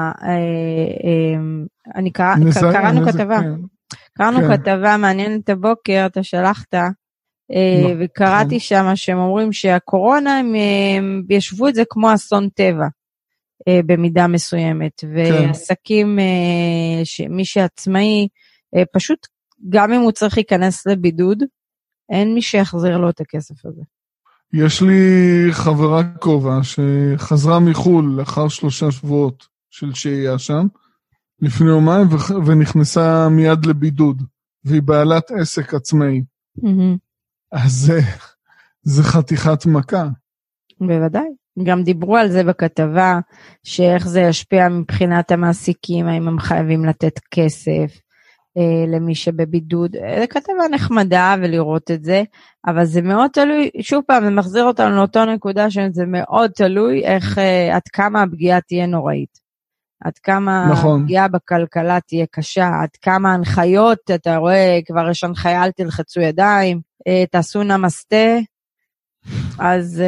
אני קראנו כתבה, קראנו כתבה מעניינת הבוקר, אתה שלחת, וקראתי שם שהם אומרים שהקורונה, הם ישבו את זה כמו אסון טבע, במידה מסוימת, ועסקים, מי שעצמאי, פשוט גם אם הוא צריך להיכנס לבידוד, אין מי שיחזיר לו את הכסף הזה. יש לי חברה קרובה שחזרה מחול לאחר שלושה שבועות של שהייה שם, לפני יומיים, ונכנסה מיד לבידוד, והיא בעלת עסק עצמאי. אז זה, זה חתיכת מכה. בוודאי. גם דיברו על זה בכתבה, שאיך זה ישפיע מבחינת המעסיקים, האם הם חייבים לתת כסף, למי שבבידוד, זה כתבה נחמדה ולראות את זה, אבל זה מאוד תלוי, שוב פעם, זה מחזיר אותנו לאותו נקודה, שזה מאוד תלוי איך, עד כמה הפגיעה תהיה נוראית, עד כמה נכון. הפגיעה בכלכלה תהיה קשה, עד כמה הנחיות, אתה רואה, כבר יש הנחיה, אל תלחצו ידיים, תעשו נמסטה, אז,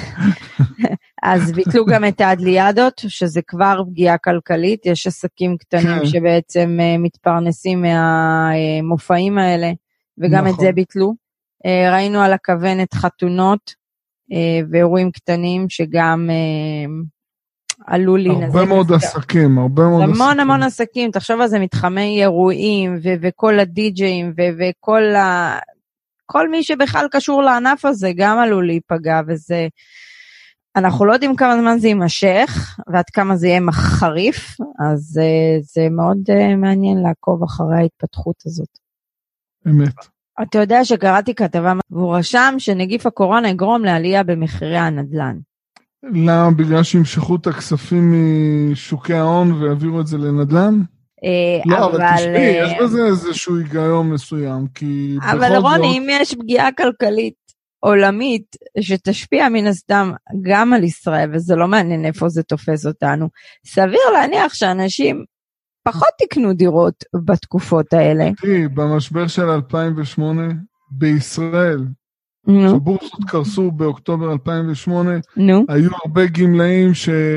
אז ביטלו גם את האדליאדות, שזה כבר פגיעה כלכלית, יש עסקים קטנים כן. שבעצם מתפרנסים מהמופעים האלה, וגם נכון. את זה ביטלו. ראינו על הכוונת חתונות, ואירועים קטנים, שגם עלול להינזק. הרבה מאוד עסקים, הרבה מאוד עסקים. המון המון עסקים, תחשוב על זה, מתחמי אירועים, ו- וכל הדי-ג'אים, ו- וכל ה... כל מי שבכלל קשור לענף הזה, גם עלול להיפגע, וזה... אנחנו לא יודעים כמה זמן זה יימשך, ועד כמה זה יהיה מחריף, אז uh, זה מאוד uh, מעניין לעקוב אחרי ההתפתחות הזאת. אמת. אתה יודע שקראתי כתבה, והוא רשם שנגיף הקורונה יגרום לעלייה במחירי הנדל"ן. למה? בגלל שימשכו את הכספים משוקי ההון ויעבירו את זה לנדל"ן? לא, אבל תשמעי, יש בזה איזשהו היגיון מסוים, כי בכל זאת... אבל רוני, אם יש פגיעה כלכלית עולמית, שתשפיע מן הסתם גם על ישראל, וזה לא מעניין איפה זה תופס אותנו, סביר להניח שאנשים פחות תקנו דירות בתקופות האלה. תראי, במשבר של אלפיים ושמונה, בישראל, שבורסות קרסו באוקטובר אלפיים ושמונה, היו הרבה גמלאים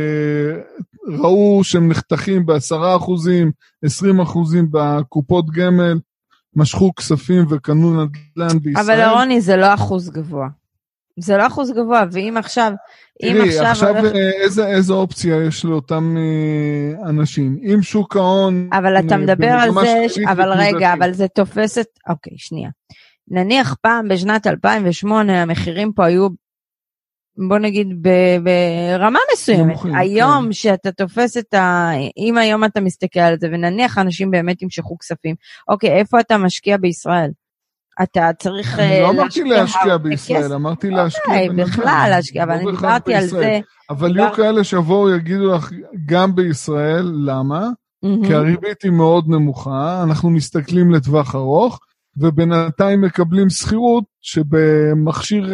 שראו שהם נחתכים בעשרה אחוזים, עשרים אחוזים בקופות גמל, משכו כספים וקנו נדל"ן בישראל. אבל רוני, זה לא אחוז גבוה. זה לא אחוז גבוה, ואם עכשיו... תראי, עכשיו איזו אופציה יש לאותם אנשים? אם שוק ההון... אבל אתה מדבר על זה, אבל רגע, אבל זה תופס את... אוקיי, שנייה. נניח פעם בשנת אלפיים ושמונה, המחירים פה היו, בוא נגיד, ברמה מסוימת. היום שאתה תופס את ה... אם היום אתה מסתכל על זה, ונניח אנשים באמת ימשכו כספים, אוקיי, איפה אתה משקיע בישראל? אתה צריך... אני לא אמרתי להשקיע בישראל, אמרתי להשקיע בנדל"ן. אוקיי, בכלל להשקיע, אבל אני דיברתי על זה. אבל יהיו כאלה שיבואו יגידו לך גם בישראל, למה? כי הריבית היא מאוד נמוכה, אנחנו מסתכלים לטווח ארוך, ובינתיים מקבלים שכירות שבמכשיר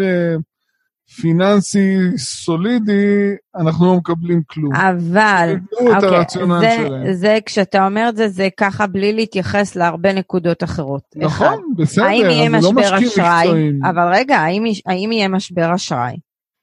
פיננסי סולידי אנחנו לא מקבלים כלום. אבל, אוקיי, זה כשאתה אומר את זה, זה ככה בלי להתייחס להרבה נקודות אחרות. נכון, בסדר, האם יהיה משבר אשראי, אבל רגע, האם יהיה משבר אשראי?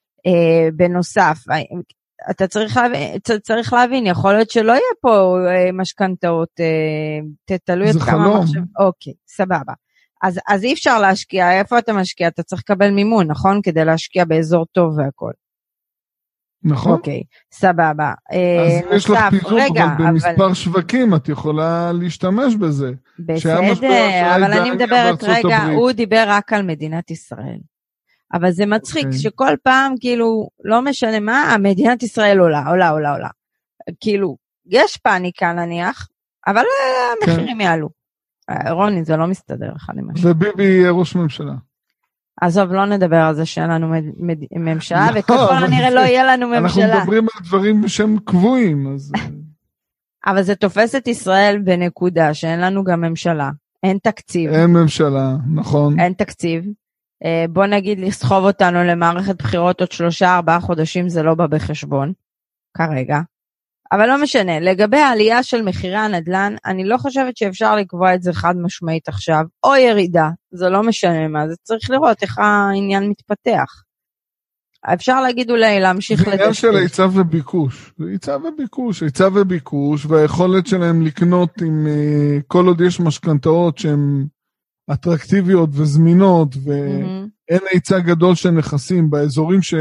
בנוסף, אתה צריך להבין, צריך להבין, יכול להיות שלא יהיה פה משכנתאות, תתלוי את כמה מחשב. אוקיי, סבבה. אז, אז אי אפשר להשקיע, איפה אתה משקיע? אתה צריך לקבל מימון, נכון? כדי להשקיע באזור טוב והכל. נכון. אוקיי, סבבה. אז נוסף, יש לך פיזור, רגע, אבל במספר אבל... שווקים את יכולה להשתמש בזה. בסדר, אבל אני מדברת, רגע, הברית. הוא דיבר רק על מדינת ישראל. אבל זה מצחיק אוקיי. שכל פעם, כאילו, לא משנה מה, מדינת ישראל עולה, עולה, עולה, עולה. כאילו, יש פאניקה נניח, אבל כן. המחירים יעלו. רוני, זה לא מסתדר אחד עם השני. וביבי יהיה ראש ממשלה. עזוב, לא נדבר על זה שאין לנו ממשלה, וככל הנראה לא יהיה לנו ממשלה. אנחנו מדברים על דברים שהם קבועים. אבל זה תופס את ישראל בנקודה שאין לנו גם ממשלה. אין תקציב. אין ממשלה, נכון. אין תקציב. בוא נגיד לסחוב אותנו למערכת בחירות עוד שלושה, ארבעה חודשים, זה לא בא בחשבון. כרגע. אבל לא משנה, לגבי העלייה של מחירי הנדל"ן, אני לא חושבת שאפשר לקבוע את זה חד משמעית עכשיו, או ירידה, זה לא משנה מה, זה צריך לראות איך העניין מתפתח. אפשר להגיד אולי להמשיך לדשקש. זה עניין של היצע וביקוש, זה היצע וביקוש, היצע וביקוש, והיכולת שלהם לקנות עם כל עוד יש משכנתאות שהן אטרקטיביות וזמינות, ואין היצע גדול של נכסים באזורים ש...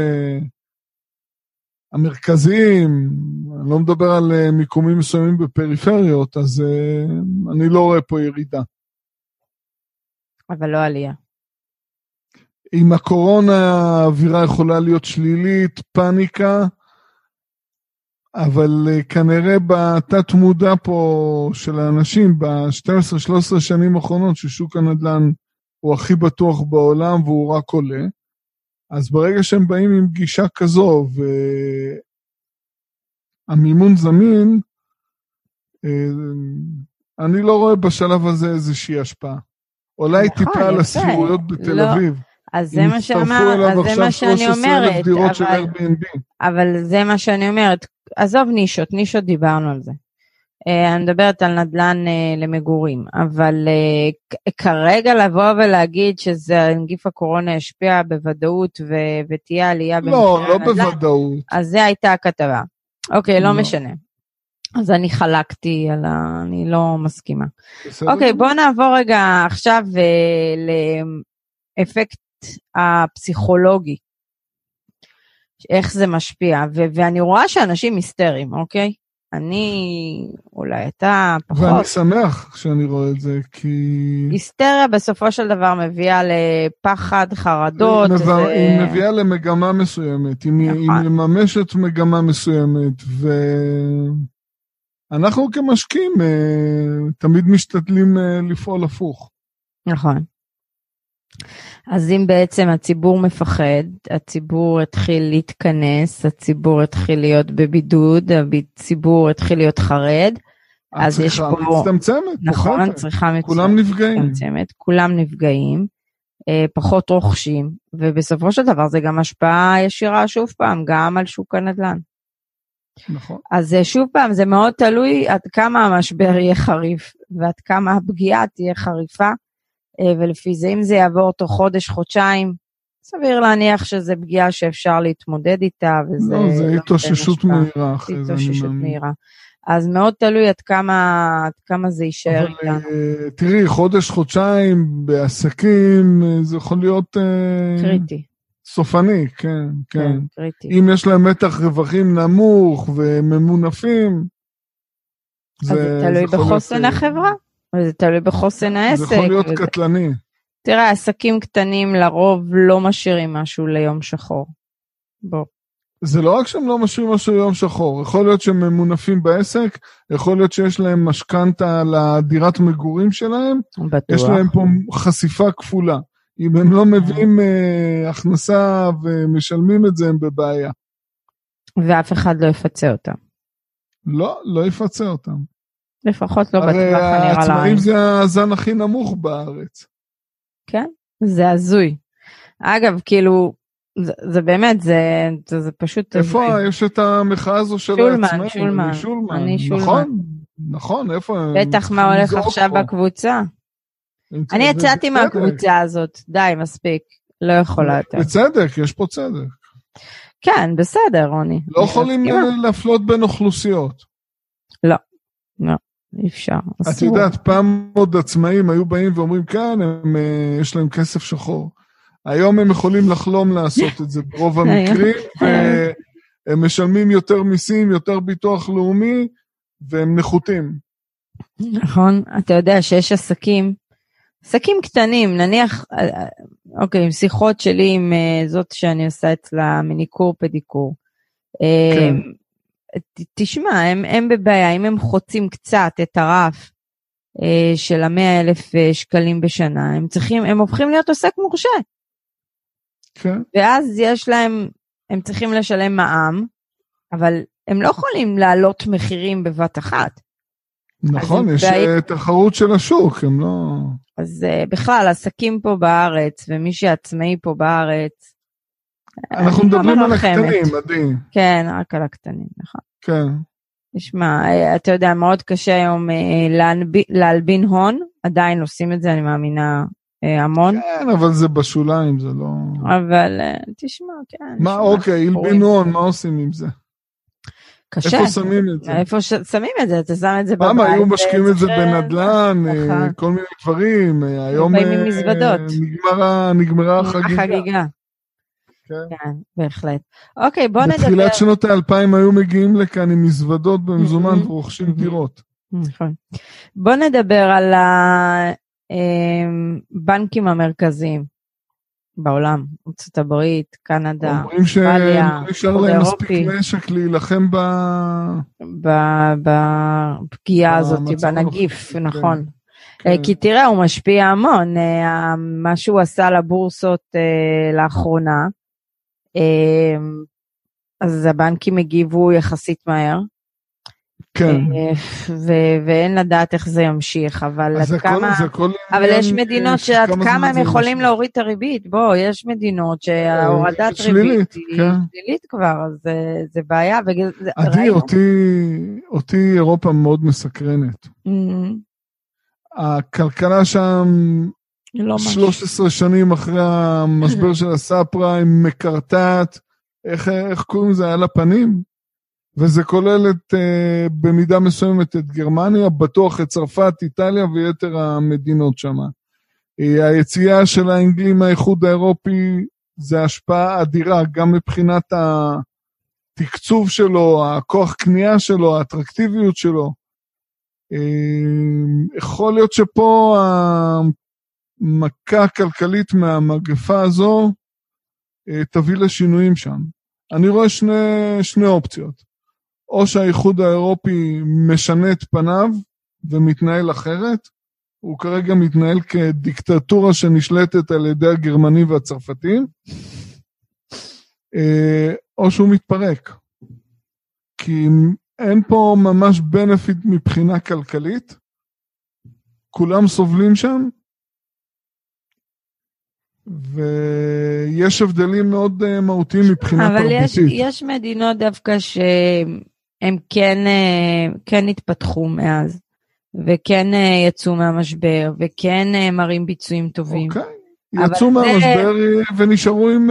המרכזיים, אני לא מדבר על מיקומים מסוימים בפריפריות, אז uh, אני לא רואה פה ירידה. אבל לא עלייה. עם הקורונה האווירה יכולה להיות שלילית, פאניקה, אבל uh, כנראה בתת מודע פה של האנשים, ב-שתים עשרה שלוש עשרה שנים האחרונות, ששוק הנדל"ן הוא הכי בטוח בעולם והוא רק עולה, אז ברגע שהם באים עם גישה כזו, והמימון זמין, אני לא רואה בשלב הזה איזושהי השפעה. אולי טיפה על הסחירויות בתל אביב. אז זה מה שאמר, אז זה מה שאני אומרת. אבל זה מה שאני אומרת. עזוב נישות, נישות דיברנו על זה. אני מדברת על נדל"ן למגורים, אבל כרגע לבוא ולהגיד שזה נגיף הקורונה ישפיע בוודאות ותהיה עלייה במחירי הנדל"ן. לא, לא בוודאות. אז זה הייתה הכתבה. אוקיי, לא משנה. אז אני חלקתי על ה... אני לא מסכימה. אוקיי, בוא נעבור רגע עכשיו לאפקט הפסיכולוגי. איך זה משפיע, ו- ואני רואה שאנשים היסטריים, אוקיי? אני, אולי אתה פחות. ואני שמח שאני רואה את זה, כי... היסטריה בסופו של דבר מביאה לפחד, חרדות. היא, מבא... זה... היא מביאה למגמה מסוימת, היא, נכון. היא מממשת מגמה מסוימת, ואנחנו כמשקיעים תמיד משתדלים לפעול הפוך. נכון. אז אם בעצם הציבור מפחד, הציבור התחיל להתכנס, הציבור התחיל להיות בבידוד, הציבור התחיל להיות חרד, אז יש פה... הצריכה מצטמצמת, נכון, פוחתת. צריכה כולם נפגעים. מצטמצמת, כולם נפגעים, פחות רוכשים, ובסופו של דבר זה גם השפעה ישירה שוב פעם, גם על שוק הנדל"ן. נכון. אז שוב פעם, זה מאוד תלוי עד כמה המשבר יהיה חריף, ועד כמה הפגיעה תהיה חריפה, ולפי זה אם זה יעבור תוך חודש, חודשיים, סביר להניח שזה פגיעה שאפשר להתמודד איתה, וזה... לא, זה התאוששות מהירה אחרי זה, אני מאמין. התאוששות מהירה. אז מאוד תלוי עד כמה, עד כמה זה יישאר איתנו. אבל תראי, חודש, חודשיים, בעסקים, זה יכול להיות... קריטי. סופני, כן, כן. כן, קריטי. אם יש להם מתח רווחים נמוך וממונפים, אז זה תלוי בחוסן החברה. וזה תלוי בחוסן העסק. זה יכול להיות וזה... קטלני. תראה, עסקים קטנים לרוב לא משאירים משהו ליום שחור. בוא. זה לא רק שהם לא משאירים משהו ליום שחור, יכול להיות שהם ממונפים בעסק, יכול להיות שיש להם משכנתה לדירת מגורים שלהם, בטוח. יש להם פה חשיפה כפולה. אם הם לא מביאים uh, הכנסה ומשלמים את זה, הם בבעיה. ואף אחד לא יפצה אותם. לא, לא יפצה אותם. לפחות לא בטווח הנראה לעין. הרי העצמאים זה הזן הכי נמוך בארץ. כן, זה הזוי. אגב, כאילו, זה, זה באמת, זה, זה, זה פשוט... איפה הזוי. יש את המחאה הזו של שולמן, העצמאים? שולמן, שולמן. אני שולמן. נכון, נכון, איפה... בטח מה הולך עכשיו פה. בקבוצה. אני יצאתי מהקבוצה הזאת, די, מספיק. לא יכולה יותר. בצדק, יש פה צדק. כן, בסדר, רוני. לא יכולים להפלות בין אוכלוסיות. לא, לא. אי אפשר. את יודעת, פעם עוד עצמאים היו באים ואומרים, כן, הם, יש להם כסף שחור. היום הם יכולים לחלום לעשות את זה ברוב המקרים, והם משלמים יותר מיסים, יותר ביטוח לאומי, והם נחותים. נכון, אתה יודע שיש עסקים, עסקים קטנים, נניח, אוקיי, עם שיחות שלי עם זאת שאני עושה אצלה מניקור פדיקור, כן. תשמע, הם, הם בבעיה, אם הם חוצים קצת את הרף אה, של המאה אלף שקלים בשנה, הם צריכים, הם הופכים להיות עוסק מורשה. כן. ואז יש להם, הם צריכים לשלם מע"מ, אבל הם לא יכולים לעלות מחירים בבת אחת. נכון, יש בעי... תחרות של השוק, הם לא... אז אה, בכלל, עסקים פה בארץ, ומי שעצמאי פה בארץ, אנחנו מדברים על הקטנים, מדהים. כן, רק על הקטנים, נכון. כן. תשמע, אתה יודע, מאוד קשה היום להלבין הון, עדיין עושים את זה, אני מאמינה המון. כן, אבל זה בשוליים, זה לא... אבל תשמע, כן. מה, אוקיי, הלבין הון, מה עושים עם זה? קשה. איפה שמים את זה? איפה שמים את זה? אתה שם את זה בבית. פעם היו משקיעים את זה בנדל"ן, כל מיני דברים, היום נגמרה החגיגה. כן, בהחלט. אוקיי, בוא נדבר... בתחילת שנות האלפיים היו מגיעים לכאן עם מזוודות במזומן ורוכשים דירות. נכון. בוא נדבר על הבנקים המרכזיים בעולם, ארצות הברית, קנדה, אומרים שנשאר להם מספיק נשק להילחם בפגיעה הזאת, בנגיף, נכון. כי תראה, הוא משפיע המון, מה שהוא עשה לבורסות לאחרונה, אז הבנקים הגיבו יחסית מהר. כן. ואין לדעת איך זה ימשיך, אבל עד כמה, אבל יש מדינות שעד כמה הם יכולים להוריד את הריבית, בוא, יש מדינות שההורדת ריבית היא שלילית כבר, אז זה בעיה. עדי, אותי אירופה מאוד מסקרנת. הכלכלה שם שלוש עשרה שנים אחרי המשבר של הסאפריים מקרטעת, איך, איך קוראים זה? על הפנים? וזה כולל את, uh, במידה מסוימת את גרמניה, בטוח את צרפת, איטליה ויתר המדינות שם. היציאה של האנגלים מהאיחוד האירופי זה השפעה אדירה, גם מבחינת התקצוב שלו, הכוח קנייה שלו, האטרקטיביות שלו. יכול להיות שפה המכה הכלכלית מהמגפה הזו תביא לשינויים שם. אני רואה שני, שני אופציות. או שהאיחוד האירופי משנה את פניו ומתנהל אחרת, הוא כרגע מתנהל כדיקטטורה שנשלטת על ידי הגרמנים והצרפתים, או שהוא מתפרק. כי אין פה ממש בנפיט מבחינה כלכלית, כולם סובלים שם, ויש הבדלים מאוד מהותיים מבחינה אבל תרבותית. אבל יש, יש מדינות דווקא שהם כן, כן התפתחו מאז, וכן יצאו מהמשבר, וכן מראים ביצועים טובים. אוקיי, יצאו מהמשבר זה... ונשארו עם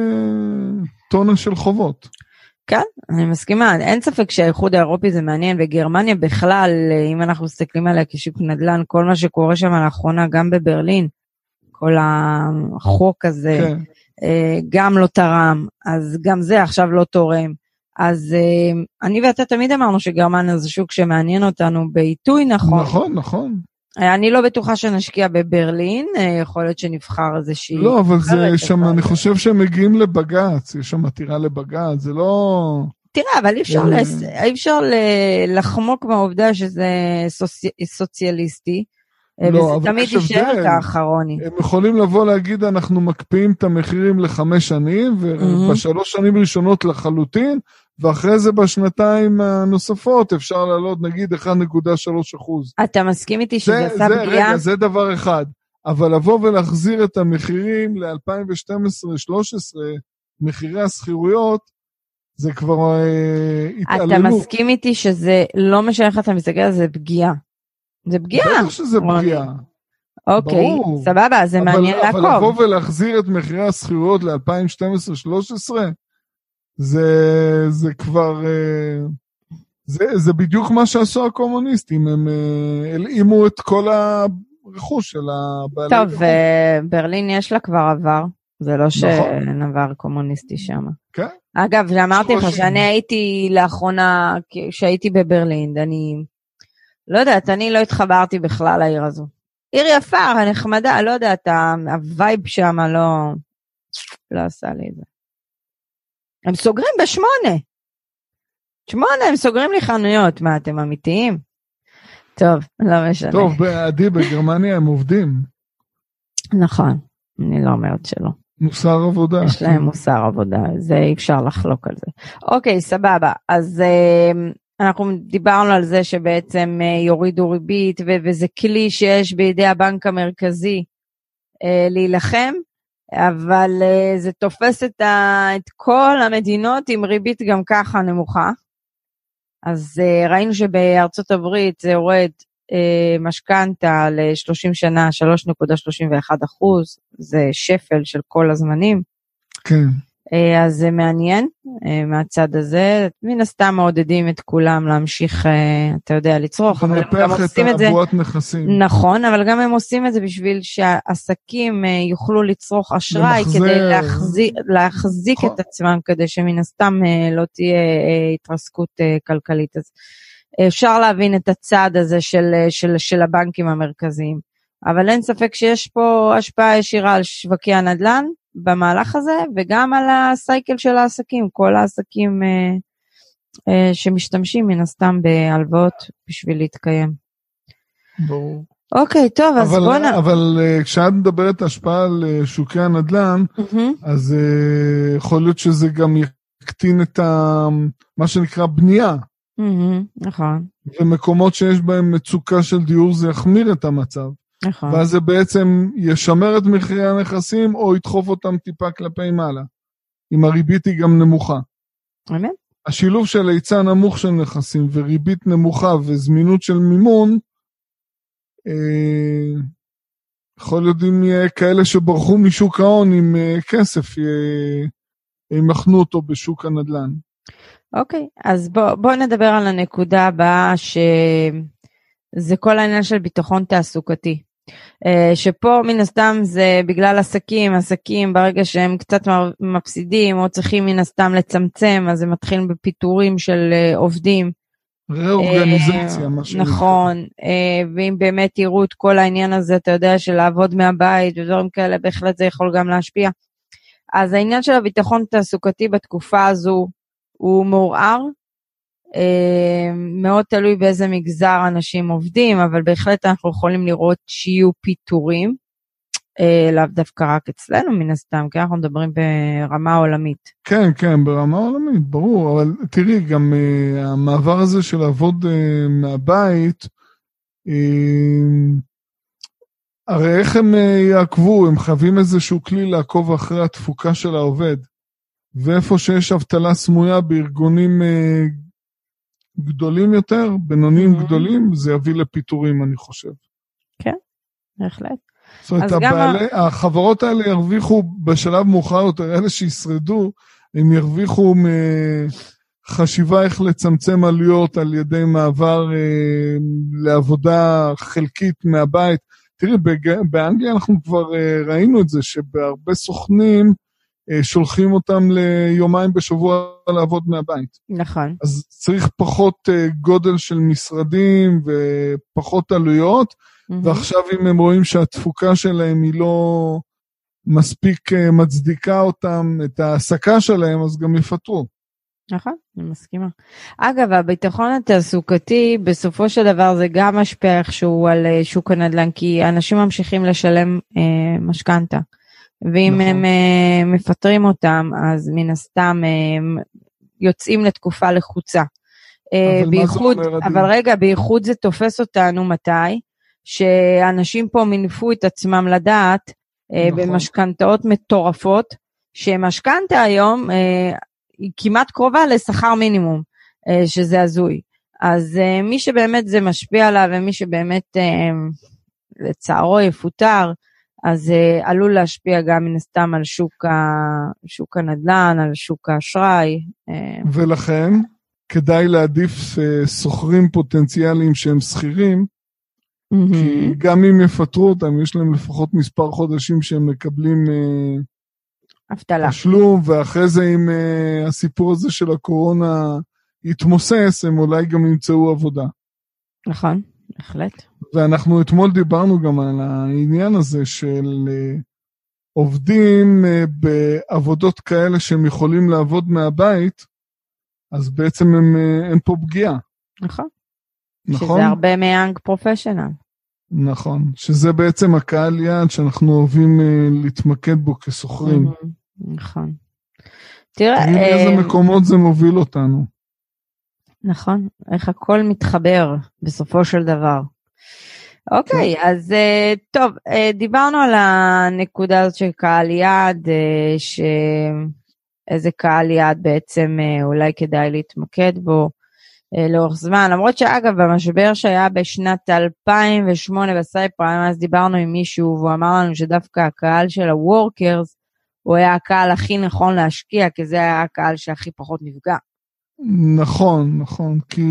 טונה של חובות. כן, אני מסכימה, אין ספק שהאיחוד האירופי זה מעניין, וגרמניה בכלל, אם אנחנו מסתכלים עליה כשוק נדל"ן, כל מה שקורה שם לאחרונה, גם בברלין, כל החוק הזה, כן. גם לא תרם, אז גם זה עכשיו לא תורם. אז אני ואתה תמיד אמרנו שגרמניה זה שוק שמעניין אותנו בעיתוי, נכון? נכון, נכון. אני לא בטוחה שנשקיע בברלין, יכול להיות שנבחר איזושהי... לא, אבל זה שם, אני חושב שהם מגיעים לבגץ, יש שם עתירה לבגץ, זה לא... תראה, אבל אי אפשר, לס... אי אפשר לחמוק מהעובדה שזה סוצ... סוציאליסטי, לא, וזה תמיד יישאר ככה, רוני. הם יכולים לבוא להגיד, אנחנו מקפיאים את המחירים לחמש שנים, ובשלוש שנים ראשונות לחלוטין, ואחרי זה בשנתיים הנוספות אפשר לעלות נגיד אחת נקודה שלוש אחוז. אתה מסכים איתי שזה עשה פגיעה? רגע, זה דבר אחד. אבל לבוא ולהחזיר את המחירים ל-אלפיים ושתים עשרה שלוש עשרה, מחירי הסחירויות, זה כבר אה, התעללות. אתה מסכים איתי שזה לא משנה איך אתה מסתכל, זה פגיעה. זה פגיעה. בטח שזה פגיעה. אוקיי, ברור. סבבה, זה אבל, מעניין לעקוב. אבל לבוא ולהחזיר את מחירי הסחירויות ל-אלפיים ושתים עשרה שלוש עשרה, זה, זה כבר, זה, זה בדיוק מה שעשו הקומוניסטים, הם הלאימו את כל הרכוש של הבעלי. טוב, ברלין יש לה כבר עבר, זה לא שאין עבר קומוניסטי שם. כן. אגב, אמרתי לך שאני הייתי לאחרונה, כשהייתי בברלין, אני לא יודעת, אני לא התחברתי בכלל לעיר הזו. עיר יפה, נחמדה, לא יודעת, הווייב שם לא, לא עשה לי את זה. הם סוגרים בשמונה. שמונה, הם סוגרים לי חנויות. מה, אתם אמיתיים? טוב, לא משנה. טוב, בעדי בגרמניה הם עובדים. נכון, אני לא אומרת שלא. מוסר עבודה. יש להם מוסר עבודה, זה אי אפשר לחלוק על זה. אוקיי, סבבה. אז אנחנו דיברנו על זה שבעצם יורידו ריבית, וזה כלי שיש בידי הבנק המרכזי להילחם, אבל uh, זה תופס את, ה, את כל המדינות עם ריבית גם ככה נמוכה. אז uh, ראינו שבארצות הברית זה יורד uh, משכנתה ל-שלושים שנה, שלוש נקודה שלושים ואחת אחוז, זה שפל של כל הזמנים. כן. Uh, אז זה מעניין uh, מהצד הזה, מן הסתם מעודדים את כולם להמשיך, uh, אתה יודע, לצרוך, אבל הם גם עושים את זה, נכסים. נכון, אבל גם הם עושים את זה בשביל שהעסקים uh, יוכלו לצרוך אשראי, למחזר. כדי להחזיק, להחזיק נכון. את עצמם, כדי שמן הסתם uh, לא תהיה uh, התרסקות uh, כלכלית. אז uh, אפשר להבין את הצד הזה של, uh, של, של הבנקים המרכזיים, אבל אין ספק שיש פה השפעה ישירה על שווקי הנדל"ן, במהלך הזה, וגם על הסייקל של העסקים, כל העסקים אה, אה, שמשתמשים מן הסתם בהלוואות בשביל להתקיים. ברור. אוקיי, טוב, אז אבל, בוא נ... אבל כשאת מדברת השפעה על שוקי הנדל"ן, mm-hmm. אז אה, יכול להיות שזה גם יקטין את ה, מה שנקרא בנייה. Mm-hmm, נכון. ומקומות שיש בהם מצוקה של דיור, זה יחמיר את המצב. נכון. ואז זה בעצם ישמר את מחירי הנכסים, או ידחוף אותם טיפה כלפי מעלה. אם הריבית היא גם נמוכה. אמת. השילוב של היצע נמוך של נכסים, וריבית נמוכה, וזמינות של מימון, אה, יכול להיות אם יהיה כאלה שברחו משוק ההון עם אה, כסף, ימחנו אותו בשוק הנדל"ן. אוקיי, אז בוא, בוא נדבר על הנקודה הבאה, שזה כל העניין של ביטחון תעסוקתי. שפה מן הסתם זה בגלל עסקים, עסקים ברגע שהם קצת מפסידים או צריכים מן הסתם לצמצם, אז הם מתחילים בפיטורים של עובדים. ראורגניזציה, מה שנקרא. נכון, ואם באמת יראו את כל העניין הזה, אתה יודע, של לעבוד מהבית ודברים כאלה, בהחלט זה יכול גם להשפיע. אז העניין של הביטחון תעסוקתי בתקופה הזו הוא מעורער, מאוד תלוי באיזה מגזר אנשים עובדים, אבל בהחלט אנחנו יכולים לראות שיהיו פיטורים, לאו דווקא רק אצלנו מן הסתם, כי אנחנו מדברים ברמה עולמית. כן, כן, ברמה עולמית, ברור, אבל תראי, גם uh, המעבר הזה של לעבוד uh, מהבית, uh, הרי איך הם uh, יעקבו, הם חייבים איזשהו כלי לעקוב אחרי התפוקה של העובד, ואיפה שיש אבטלה סמויה בארגונים uh, גדולים יותר, בינוניים mm-hmm. גדולים, זה יביא לפיטורים, אני חושב. כן, בהחלט. זאת אומרת, הבעלי, ה... החברות האלה ירוויחו בשלב מאוחר יותר, אלה שישרדו, הם ירוויחו מחשיבה איך לצמצם עלויות על ידי מעבר אה, לעבודה חלקית מהבית. תראי, בג... באנגליה אנחנו כבר אה, ראינו את זה, שבהרבה סוכנים אה, שולחים אותם ליומיים בשבוע לעבוד מהבית. נכון. אז צריך פחות אה, גודל של משרדים ופחות עלויות, ועכשיו אם הם רואים שהתפוקה שלהם היא לא מספיק מצדיקה אותם, את העסקה שלהם, אז גם יפטרו. נכון, אני מסכימה. אגב, הביטחון התעסוקתי, בסופו של דבר זה גם משפיע איכשהו על שוק הנדל"ן, כי אנשים ממשיכים לשלם אה, משכנתה, ואם נכון. הם אה, מפטרים אותם, אז מן הסתם אה, יוצאים לתקופה לחוצה. אה, אבל בייחוד, מה זה אומר? אבל רגע, בייחוד זה תופס אותנו מתי? שאנשים פה מנפו את עצמם לדעת נכון. במשכנתאות מטורפות, שמשכנתה היום היא כמעט קרובה לשכר מינימום, שזה הזוי. אז מי שבאמת זה משפיע עליו, ומי שבאמת לצערו יפוטר, אז עלול להשפיע גם מן הסתם על שוק, ה... שוק הנדל"ן, על שוק האשראי. ולכן כדאי להעדיף סוחרים פוטנציאליים שהם שכירים, כי גם אם יפטרו אותם, יש להם לפחות מספר חודשים שהם מקבלים אבטלה. תשלום, ואחרי זה אם הסיפור הזה של הקורונה יתמוסס, הם אולי גם ימצאו עבודה. נכון, בהחלט. ואנחנו אתמול דיברנו גם על העניין הזה של עובדים בעבודות כאלה שהם יכולים לעבוד מהבית, אז בעצם הם, אין פה פגיעה. נכון. נכון? שזה הרבה מיינג פרופשנל. נכון, שזה בעצם הקהל יעד שאנחנו אוהבים uh, להתמקד בו כסוחרים. נכון. תראה, תראי איזה מקומות זה מוביל אותנו. נכון, איך הכל מתחבר בסופו של דבר. אוקיי, אז uh, טוב, uh, דיברנו על הנקודה הזאת של קהל יעד, uh, שאיזה קהל יעד בעצם uh, אולי כדאי להתמקד בו, לאורך זמן, למרות שאגב, במשבר שהיה בשנת אלפיים ושמונה בסייפריים, אז דיברנו עם מישהו, והוא אמר לנו שדווקא הקהל של הוורקרס, הוא היה הקהל הכי נכון להשקיע, כי זה היה הקהל שהכי פחות נפגע. נכון, נכון, כי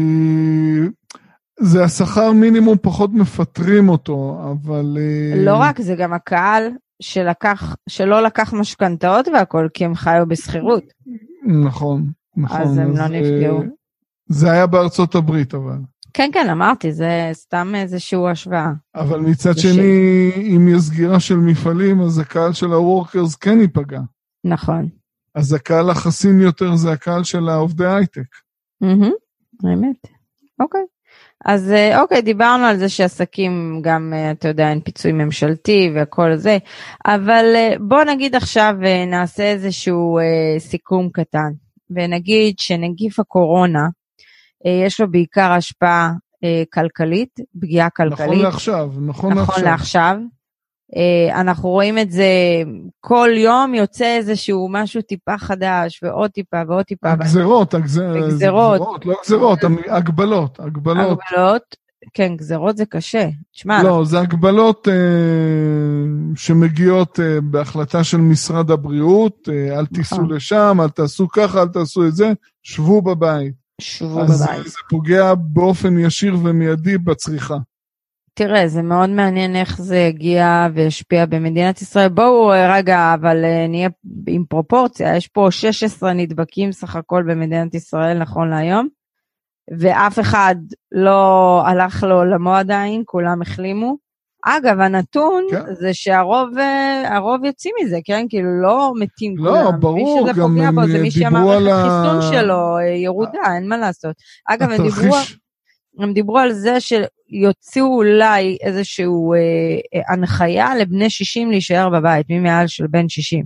זה השכר מינימום פחות מפטרים אותו, אבל... לא רק, זה גם הקהל שלקח, שלא לקח משכנתאות והכל, כי הם חיו בסחירות. נכון, נכון. אז הם לא נפגעו. זה היה בארצות הברית, אבל. כן, כן, אמרתי, זה סתם איזשהו השוואה. אבל מצד שני, אם יש סגירה של מפעלים, אז הקהל של הוורקרס כן ייפגע. נכון. אז הקהל החסין יותר זה הקהל של העובדי הייטק. אהה, האמת. אוקיי. אז אוקיי, דיברנו על זה שעסקים גם, אתה יודע, אין פיצוי ממשלתי והכל זה, אבל בוא נגיד עכשיו נעשה איזשהו סיכום קטן, ונגיד שנגיף הקורונה, יש לו בעיקר השפעה אה, כלכלית, פגיעה כלכלית. נכון לעכשיו, נכון, נכון לעכשיו. לעכשיו. אה, אנחנו רואים את זה, כל יום יוצא איזשהו משהו טיפה חדש, ועוד טיפה ועוד טיפה. הגזרות, הגזר, הגזרות. הגזרות, לא הגזרות, הגבלות, הגבלות. הגבלות, כן, גזרות זה קשה. תשמע, לא, זה הגבלות אה, שמגיעות אה, בהחלטה של משרד הבריאות, אה, אל תיסעו נכון. לשם, אל תעשו ככה, אל תעשו את זה, שבו בבית. שבו אז בבית. זה פוגע באופן ישיר ומיידי בצריכה. תראה, זה מאוד מעניין איך זה יגיע וישפיע במדינת ישראל. בואו רגע, אבל נהיה עם פרופורציה. יש פה שש עשרה נדבקים סך הכל במדינת ישראל נכון להיום, ואף אחד לא הלך לעולמו עדיין, כולם החלימו. אגב, הנתון כן. זה שהרוב הרוב יוצאים מזה, כן? כאילו לא מתים לא, כולם. לא, ברור, מי שזה גם פוגע בו, זה מי שהמערכת ה... חיסון שלו ירודה, אין מה לעשות. אגב, הם דיברו, הם דיברו על זה שיוציאו אולי איזשהו אה, הנחיה לבני שישים להישאר בבית, מי מעל של בן שישים.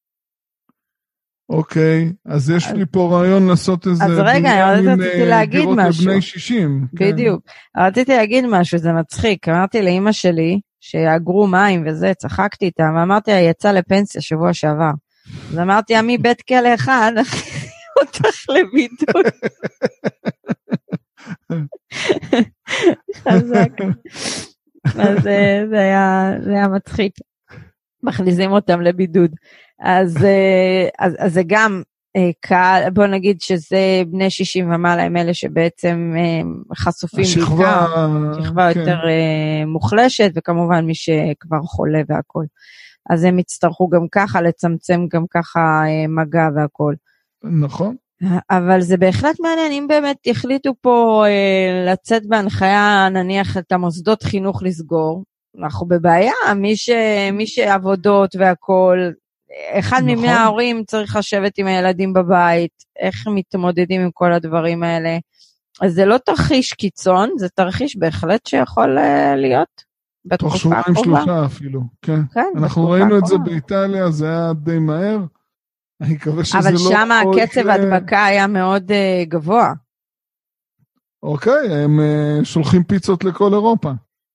אוקיי, אז יש לי פה רעיון לעשות איזה... אז רגע, רציתי להגיד משהו. לבני שישים. בדיוק. רציתי להגיד משהו, זה מצחיק. אמרתי לאמא שלי, שיאגרו מים וזה, צחקתי איתה, ואמרתי, יצא לפנסיה שבוע שעבר. אז אמרתי, עמי בית כלא אחד, אותך לבידוד. חזק. אז זה היה מצחיק. מכניסים אותם לבידוד. אז, אז, אז זה גם קהל, בוא נגיד שזה בני שישים ומעלה, הם אלה שבעצם חשופים השכבה, בעיקר, שכבה כן. יותר מוחלשת, וכמובן מי שכבר חולה והכל. אז הם יצטרכו גם ככה לצמצם גם ככה מגע והכל. נכון. אבל זה בהחלט מעניין, אם באמת יחליטו פה לצאת בהנחיה, נניח את המוסדות חינוך לסגור, אנחנו בבעיה, מי, ש, מי שעבודות והכל, אחד נכון. ממי ההורים צריך לשבת עם הילדים בבית, איך מתמודדים עם כל הדברים האלה. אז זה לא תרחיש קיצון, זה תרחיש בהחלט שיכול להיות בתקופה הקרובה. תוך שבועיים שלושה אפילו, כן. כן אנחנו ראינו את זה באיטליה, זה היה די מהר. אני מקווה שזה אבל לא... שם הקצב ההדבקה היה מאוד uh, גבוה. אוקיי, הם uh, שולחים פיצות לכל אירופה.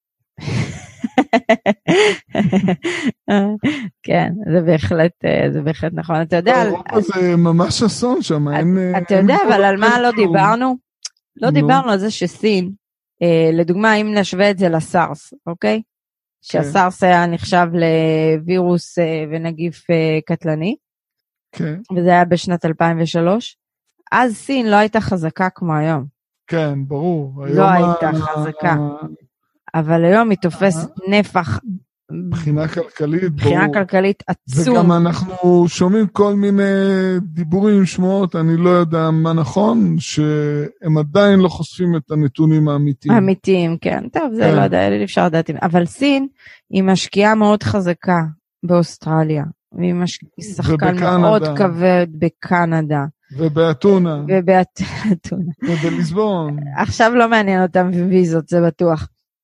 כן, זה בהחלט, זה בהחלט נכון. אתה יודע, אירופה זה ממש אסון שם. אתה יודע, אבל על מה לא דיברנו? לא דיברנו על זה שסין, לדוגמה, אם נשווה את זה לסארס, אוקיי? שהסארס היה נחשב לווירוס ונגיף קטלני, וזה היה בשנת אלפיים ושלוש, אז סין לא הייתה חזקה כמו היום. כן, ברור. לא הייתה חזקה. אבל היום היא תופסת נפח. בחינה כלכלית, בחינה ברור. כלכלית עצום. וגם אנחנו שומעים כל מיני דיבורים, שמועות, אני לא יודע מה נכון, שהם עדיין לא חושפים את הנתונים האמיתיים. האמיתיים, כן. טוב, זה כן. לא יודע, אפשר לדעת. אבל סין היא משקיעה מאוד חזקה באוסטרליה, והיא משקיעה שחקן מאוד כבד בקנדה. ובאתונה. ובאתונה. ובליסבון. עכשיו לא מעניין אותם ויזות, זה בטוח.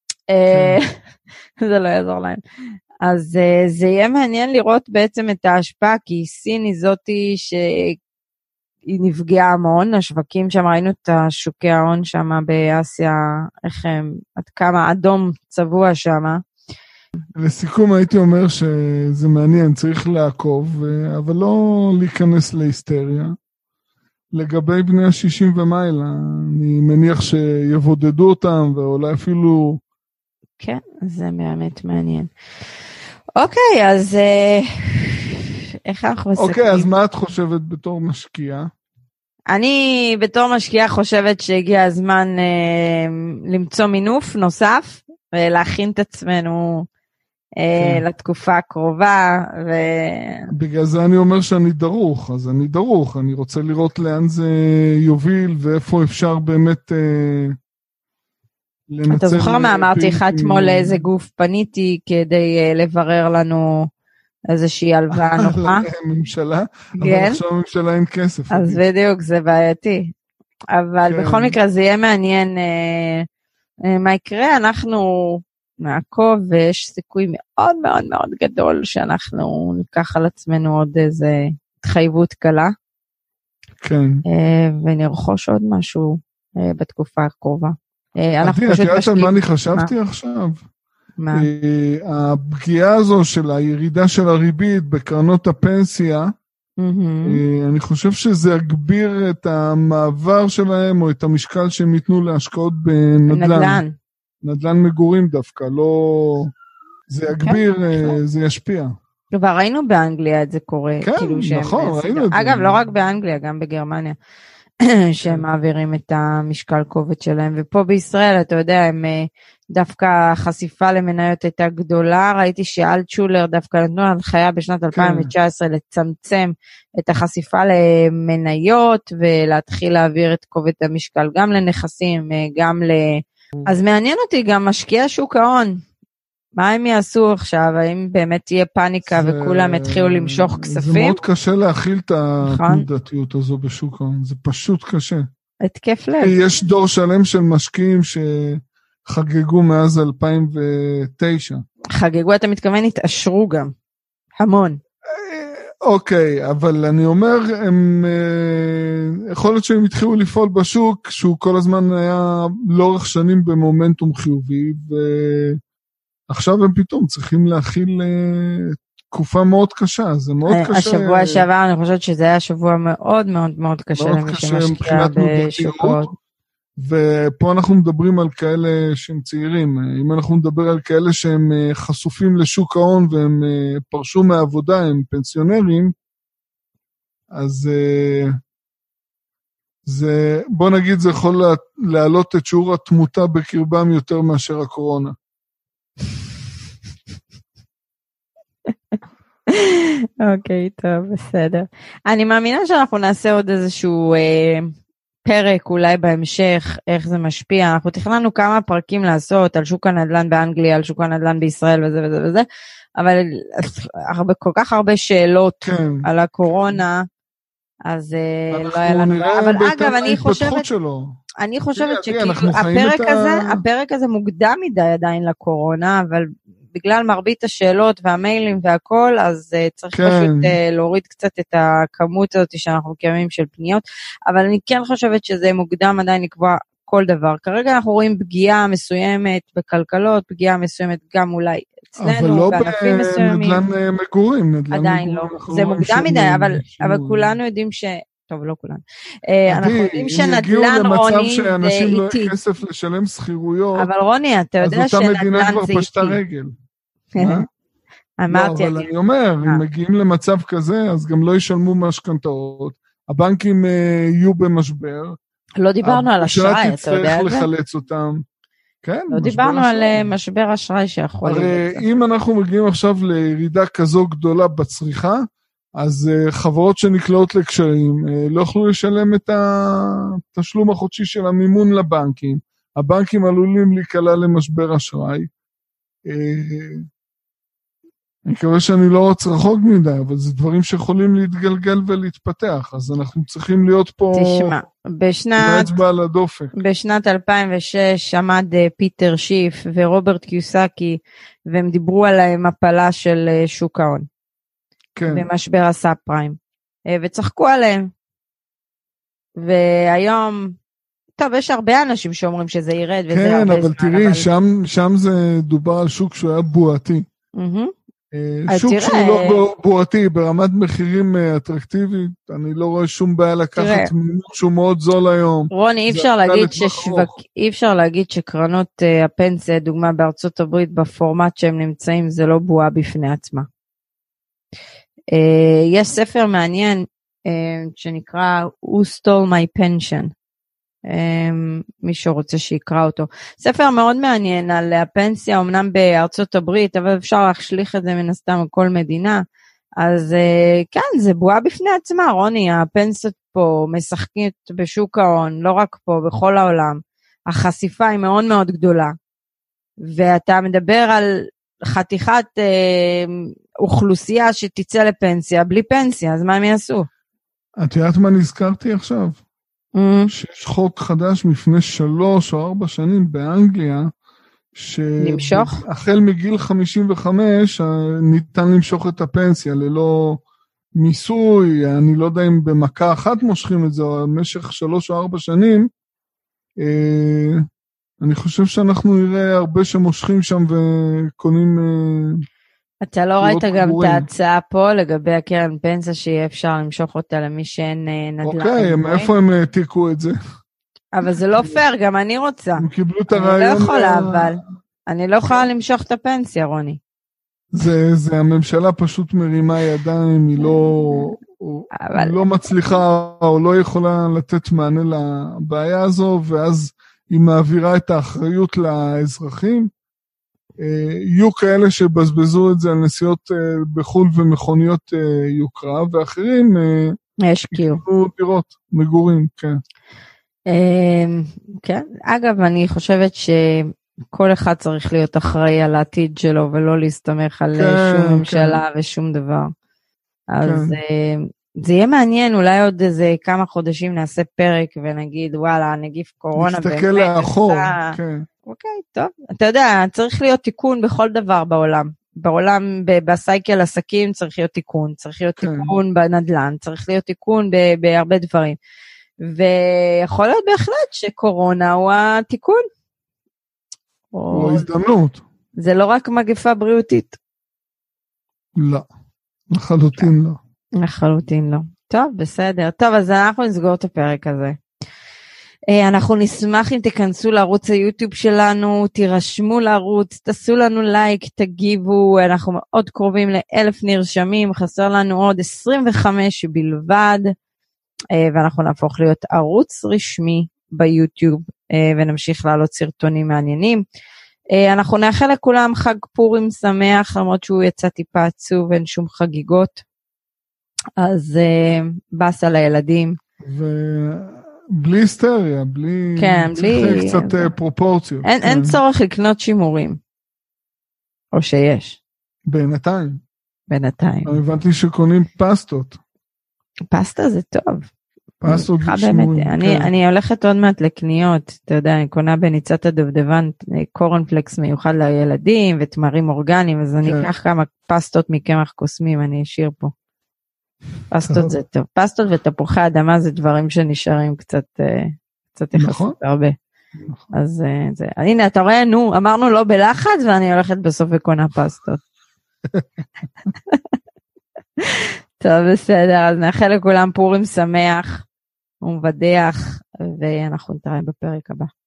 זה לא יעזור להם. אז זה יהיה מעניין לראות בעצם את ההשפעה, כי סין היא זאתי שהיא נפגעה המון, השווקים שם, ראינו את שוקי ההון שם באסיה, איך הם, עד כמה אדום צבוע שם. לסיכום הייתי אומר שזה מעניין, צריך לעקוב, אבל לא להיכנס להיסטריה. לגבי בני ה-שישים ומעלה, אני מניח שיבודדו אותם, ואולי אפילו... כן, זה באמת מעניין. אוקיי, אז איך אנחנו מסתכלים? אוקיי, אז מה את חושבת בתור משקיעה? אני בתור משקיעה חושבת שהגיע הזמן אה, למצוא מינוף נוסף, ולהכין את עצמנו אה, כן. לתקופה הקרובה. ו... בגלל זה אני אומר שאני דרוך, אז אני דרוך, אני רוצה לראות לאן זה יוביל, ואיפה אפשר באמת... אה, אתה זוכר מה אמרתי לך אתמול לאיזה גוף פניתי כדי לברר לנו איזושהי הלוואה נוחה? ממשלה? אבל עכשיו הממשלה אין כסף. אז בדיוק, זה בעייתי. אבל בכל מקרה זה יהיה מעניין מה יקרה, אנחנו נעקוב ויש סיכוי מאוד מאוד מאוד גדול שאנחנו ניקח על עצמנו עוד איזה התחייבות קלה. כן. ונרכוש עוד משהו בתקופה הקרובה. את יודעת על מה אני חשבתי עכשיו? מה? הפגיעה הזו של הירידה של הריבית בקרנות הפנסיה, אני חושב שזה יגביר את המעבר שלהם, או את המשקל שהם ייתנו להשקעות בנדל"ן. נדל"ן מגורים דווקא, לא... זה יגביר, זה ישפיע. כבר ראינו באנגליה את זה קורה. כן, נכון, ראינו את זה. אגב, לא רק באנגליה, גם בגרמניה. שהם מעבירים את המשקל כובד שלהם, ופה בישראל, אתה יודע, הם דווקא החשיפה למניות הייתה גדולה, ראיתי שאלטשולר דווקא נתנו הנחיה בשנת אלפיים תשע עשרה לצמצם את החשיפה למניות, ולהתחיל להעביר את כובד המשקל גם לנכסים, גם ל... אז מעניין אותי גם משקיע שוק ההון, מה הם יעשו עכשיו? האם באמת תהיה פאניקה זה, וכולם יתחילו למשוך כספים? זה מאוד קשה להכיל את התנודתיות הזו בשוק ההון, זה פשוט קשה. התקף לב. יש דור שלם של משקיעים שחגגו מאז אלפיים ותשע. חגגו, אתה מתכוון, התעשרו גם. המון. אוקיי, אבל אני אומר, הם, יכול להיות שהם התחילו לפעול בשוק, שהוא כל הזמן היה לאורך שנים במומנטום חיובי, ו... עכשיו הם פתאום צריכים להכיל תקופה מאוד קשה, זה מאוד קשה. השבוע שעבר, אני חושבת שזה היה שבוע מאוד מאוד מאוד קשה למי שמשקיע בשוקות. ופה אנחנו מדברים על כאלה שהם צעירים, אם אנחנו מדבר על כאלה שהם חשופים לשוק ההון והם פרשו מהעבודה, הם פנסיונרים, אז זה, בוא נגיד, זה יכול להעלות את שיעור התמותה בקרבם יותר מאשר הקורונה. אוקיי, טוב, בסדר. אני מאמינה שאנחנו נעשה עוד איזשהו אה, פרק אולי בהמשך, איך זה משפיע. אנחנו תכננו כמה פרקים לעשות על שוק הנדל"ן באנגליה, על שוק הנדל"ן בישראל וזה וזה וזה, אבל הרבה, כל כך הרבה שאלות כן. על הקורונה, אז אה, לא היה לנו... אבל אגב, אני חושבת... שלו. אני חושבת שכאילו הפרק הזה, הפרק הזה מוקדם מדי עדיין לקורונה, אבל בגלל מרבית השאלות והמיילים והכל, אז צריך פשוט להוריד קצת את הכמות הזאת שאנחנו מקיימים של פניות, אבל אני כן חושבת שזה מוקדם עדיין לקבוע כל דבר. כרגע אנחנו רואים פגיעה מסוימת בכלכלות, פגיעה מסוימת גם אולי אצלנו, בענפים מסוימים. אבל לא בנדל"ן מגורים. עדיין לא. זה מוקדם מדי, אבל כולנו יודעים ש... טוב, לא כולנו. אנחנו יודעים שנדל"ן, רוני, זה איטי. יגיעו למצב שאנשים לא יהיה כסף לשלם שכירויות. אבל רוני, אתה יודע שנדל"ן זה איטי. אז אותה מדינה כבר פשטה רגל. אמרתי. לא, אבל אני אומר, אם מגיעים למצב כזה, אז גם לא ישלמו משכנתאות. הבנקים יהיו במשבר. לא דיברנו על אשראי, אתה יודע את זה? לחלץ אותם. כן, לא דיברנו על משבר אשראי שיכול להיות. הרי אם אנחנו מגיעים עכשיו לירידה כזו גדולה בצריכה, אז uh, חברות שנקלעות לקשרים uh, לא יכלו לשלם את התשלום החודשי של המימון לבנקים. הבנקים עלולים להיקלע למשבר אשראי. Uh, אני מקווה שאני לא רוצה רחוק מדי, אבל זה דברים שיכולים להתגלגל ולהתפתח, אז אנחנו צריכים להיות פה... תשמע, בשנת, בשנת אלפיים ושש עמד uh, פיטר שיף ורוברט קיוסקי, והם דיברו על המפלה של uh, שוק ההון. כן. במשבר הסאב פריים, וצחקו עליהם, והיום, טוב, יש הרבה אנשים שאומרים שזה ירד, וזה כן, הרבה אבל זמן, תראי, אבל... שם, שם זה דובר על שוק שהוא היה בועתי, mm-hmm. שוק שהוא תראה... לא בועתי, ברמת מחירים אטרקטיבית, אני לא רואה שום בעיה לקחת מימון שהוא מאוד זול היום. רוני, אי אפשר להגיד, ששווק... אי אפשר להגיד שקרנות uh, הפנסיה, דוגמה בארצות הברית, בפורמט שהם נמצאים, זה לא בועה בפני עצמה. Uh, יש ספר מעניין uh, שנקרא Who Stole My Pension, um, מי שרוצה שיקרא אותו. ספר מאוד מעניין על הפנסיה, אמנם בארצות הברית, אבל אפשר להשליך את זה מן הסתם על מדינה, אז uh, כן, זה בועה בפני עצמה, רוני, הפנסיות פה משחקת בשוק ההון, לא רק פה, בכל העולם, החשיפה היא מאוד מאוד גדולה, ואתה מדבר על חתיכת... Uh, אוכלוסייה שתצא לפנסיה, בלי פנסיה, אז מה הם יעשו? את יודעת מה נזכרתי עכשיו? Mm-hmm. שיש חוק חדש מפני שלוש או ארבע שנים באנגליה, שהחל מגיל חמישים וחמש ניתן למשוך את הפנסיה ללא מיסוי, אני לא יודע אם במכה אחת מושכים את זה, או במשך שלוש או ארבע שנים, אני חושב שאנחנו נראה הרבה שמושכים שם וקונים... אתה לא ראית גם את ההצעה פה לגבי הקרן פנסיה שיהיה אפשר למשוך אותה למי שאין נדל"ן. אוקיי, מאיפה הם העתיקו את זה? אבל זה לא פייר, גם אני רוצה. הם קיבלו את הרעיון. אני לא יכולה, אבל אני לא יכולה למשוך את הפנסיה, רוני. זה הממשלה פשוט מרימה ידיים, היא לא... אבל... לא מצליחה או לא יכולה לתת מענה לבעיה הזו, ואז היא מעבירה את האחריות לאזרחים. יהיו כאלה שבזבזו את זה על נסיעות בחול ומכוניות יוקרה, ואחרים יקנו דירות, מגורים, כן. כן, אגב, אני חושבת שכל אחד צריך להיות אחראי על העתיד שלו, ולא להסתמך על שום ממשלה ושום דבר. אז זה יהיה מעניין, אולי עוד איזה כמה חודשים נעשה פרק ונגיד, וואלה, נגיף קורונה באמת. נסתכל לאחור, כן. אוקיי, טוב. אתה יודע, צריך להיות תיקון בכל דבר בעולם. בעולם, בסייקל עסקים צריך להיות תיקון, צריך להיות תיקון בנדלן, צריך להיות תיקון בהרבה דברים. ויכול להיות בהחלט שקורונה הוא התיקון. או הזדמנות. זה לא רק מגפה בריאותית. לא, לחלוטין לא. לחלוטין לא. טוב, בסדר. טוב, אז אנחנו נסגור את הפרק הזה. אנחנו נשמח אם תכנסו לערוץ היוטיוב שלנו, תירשמו לערוץ, תעשו לנו לייק, תגיבו, אנחנו מאוד קרובים לאלף נרשמים, חסר לנו עוד עשרים וחמש בלבד, ואנחנו נהפוך להיות ערוץ רשמי ביוטיוב, ונמשיך לעלות סרטונים מעניינים. אנחנו נאחל לכולם חג פורים שמח, למרות שהוא יצא טיפה עצוב, אין שום חגיגות, אז בס על הילדים. ו... בלי היסטריה, בלי... כן, בלי... קצת פרופורציות. אין, אין צורך לקנות שימורים. או שיש. בינתיים. בינתיים. אני הבנתי שקונים פסטות. פסטה זה טוב. פסטות ושימורים. כן. אני, אני הולכת עוד מעט לקניות, אתה יודע, אני קונה בניצת הדובדבן קורנפלקס מיוחד לילדים, ותמרים אורגניים, אז אני אקח כמה פסטות מקמח קוסמים, אני אשאיר פה. פסטות זה טוב. פסטות ותפוחי אדמה זה דברים שנשארים קצת, קצת יחסית הרבה. אז זה, הנה, אתה רואה, נו, אמרנו לא בלחץ, ואני הולכת בסוף וקונה פסטות. טוב, בסדר, אז נאחל לכולם פורים שמח ומבדח, ואנחנו נתראה בפרק הבא.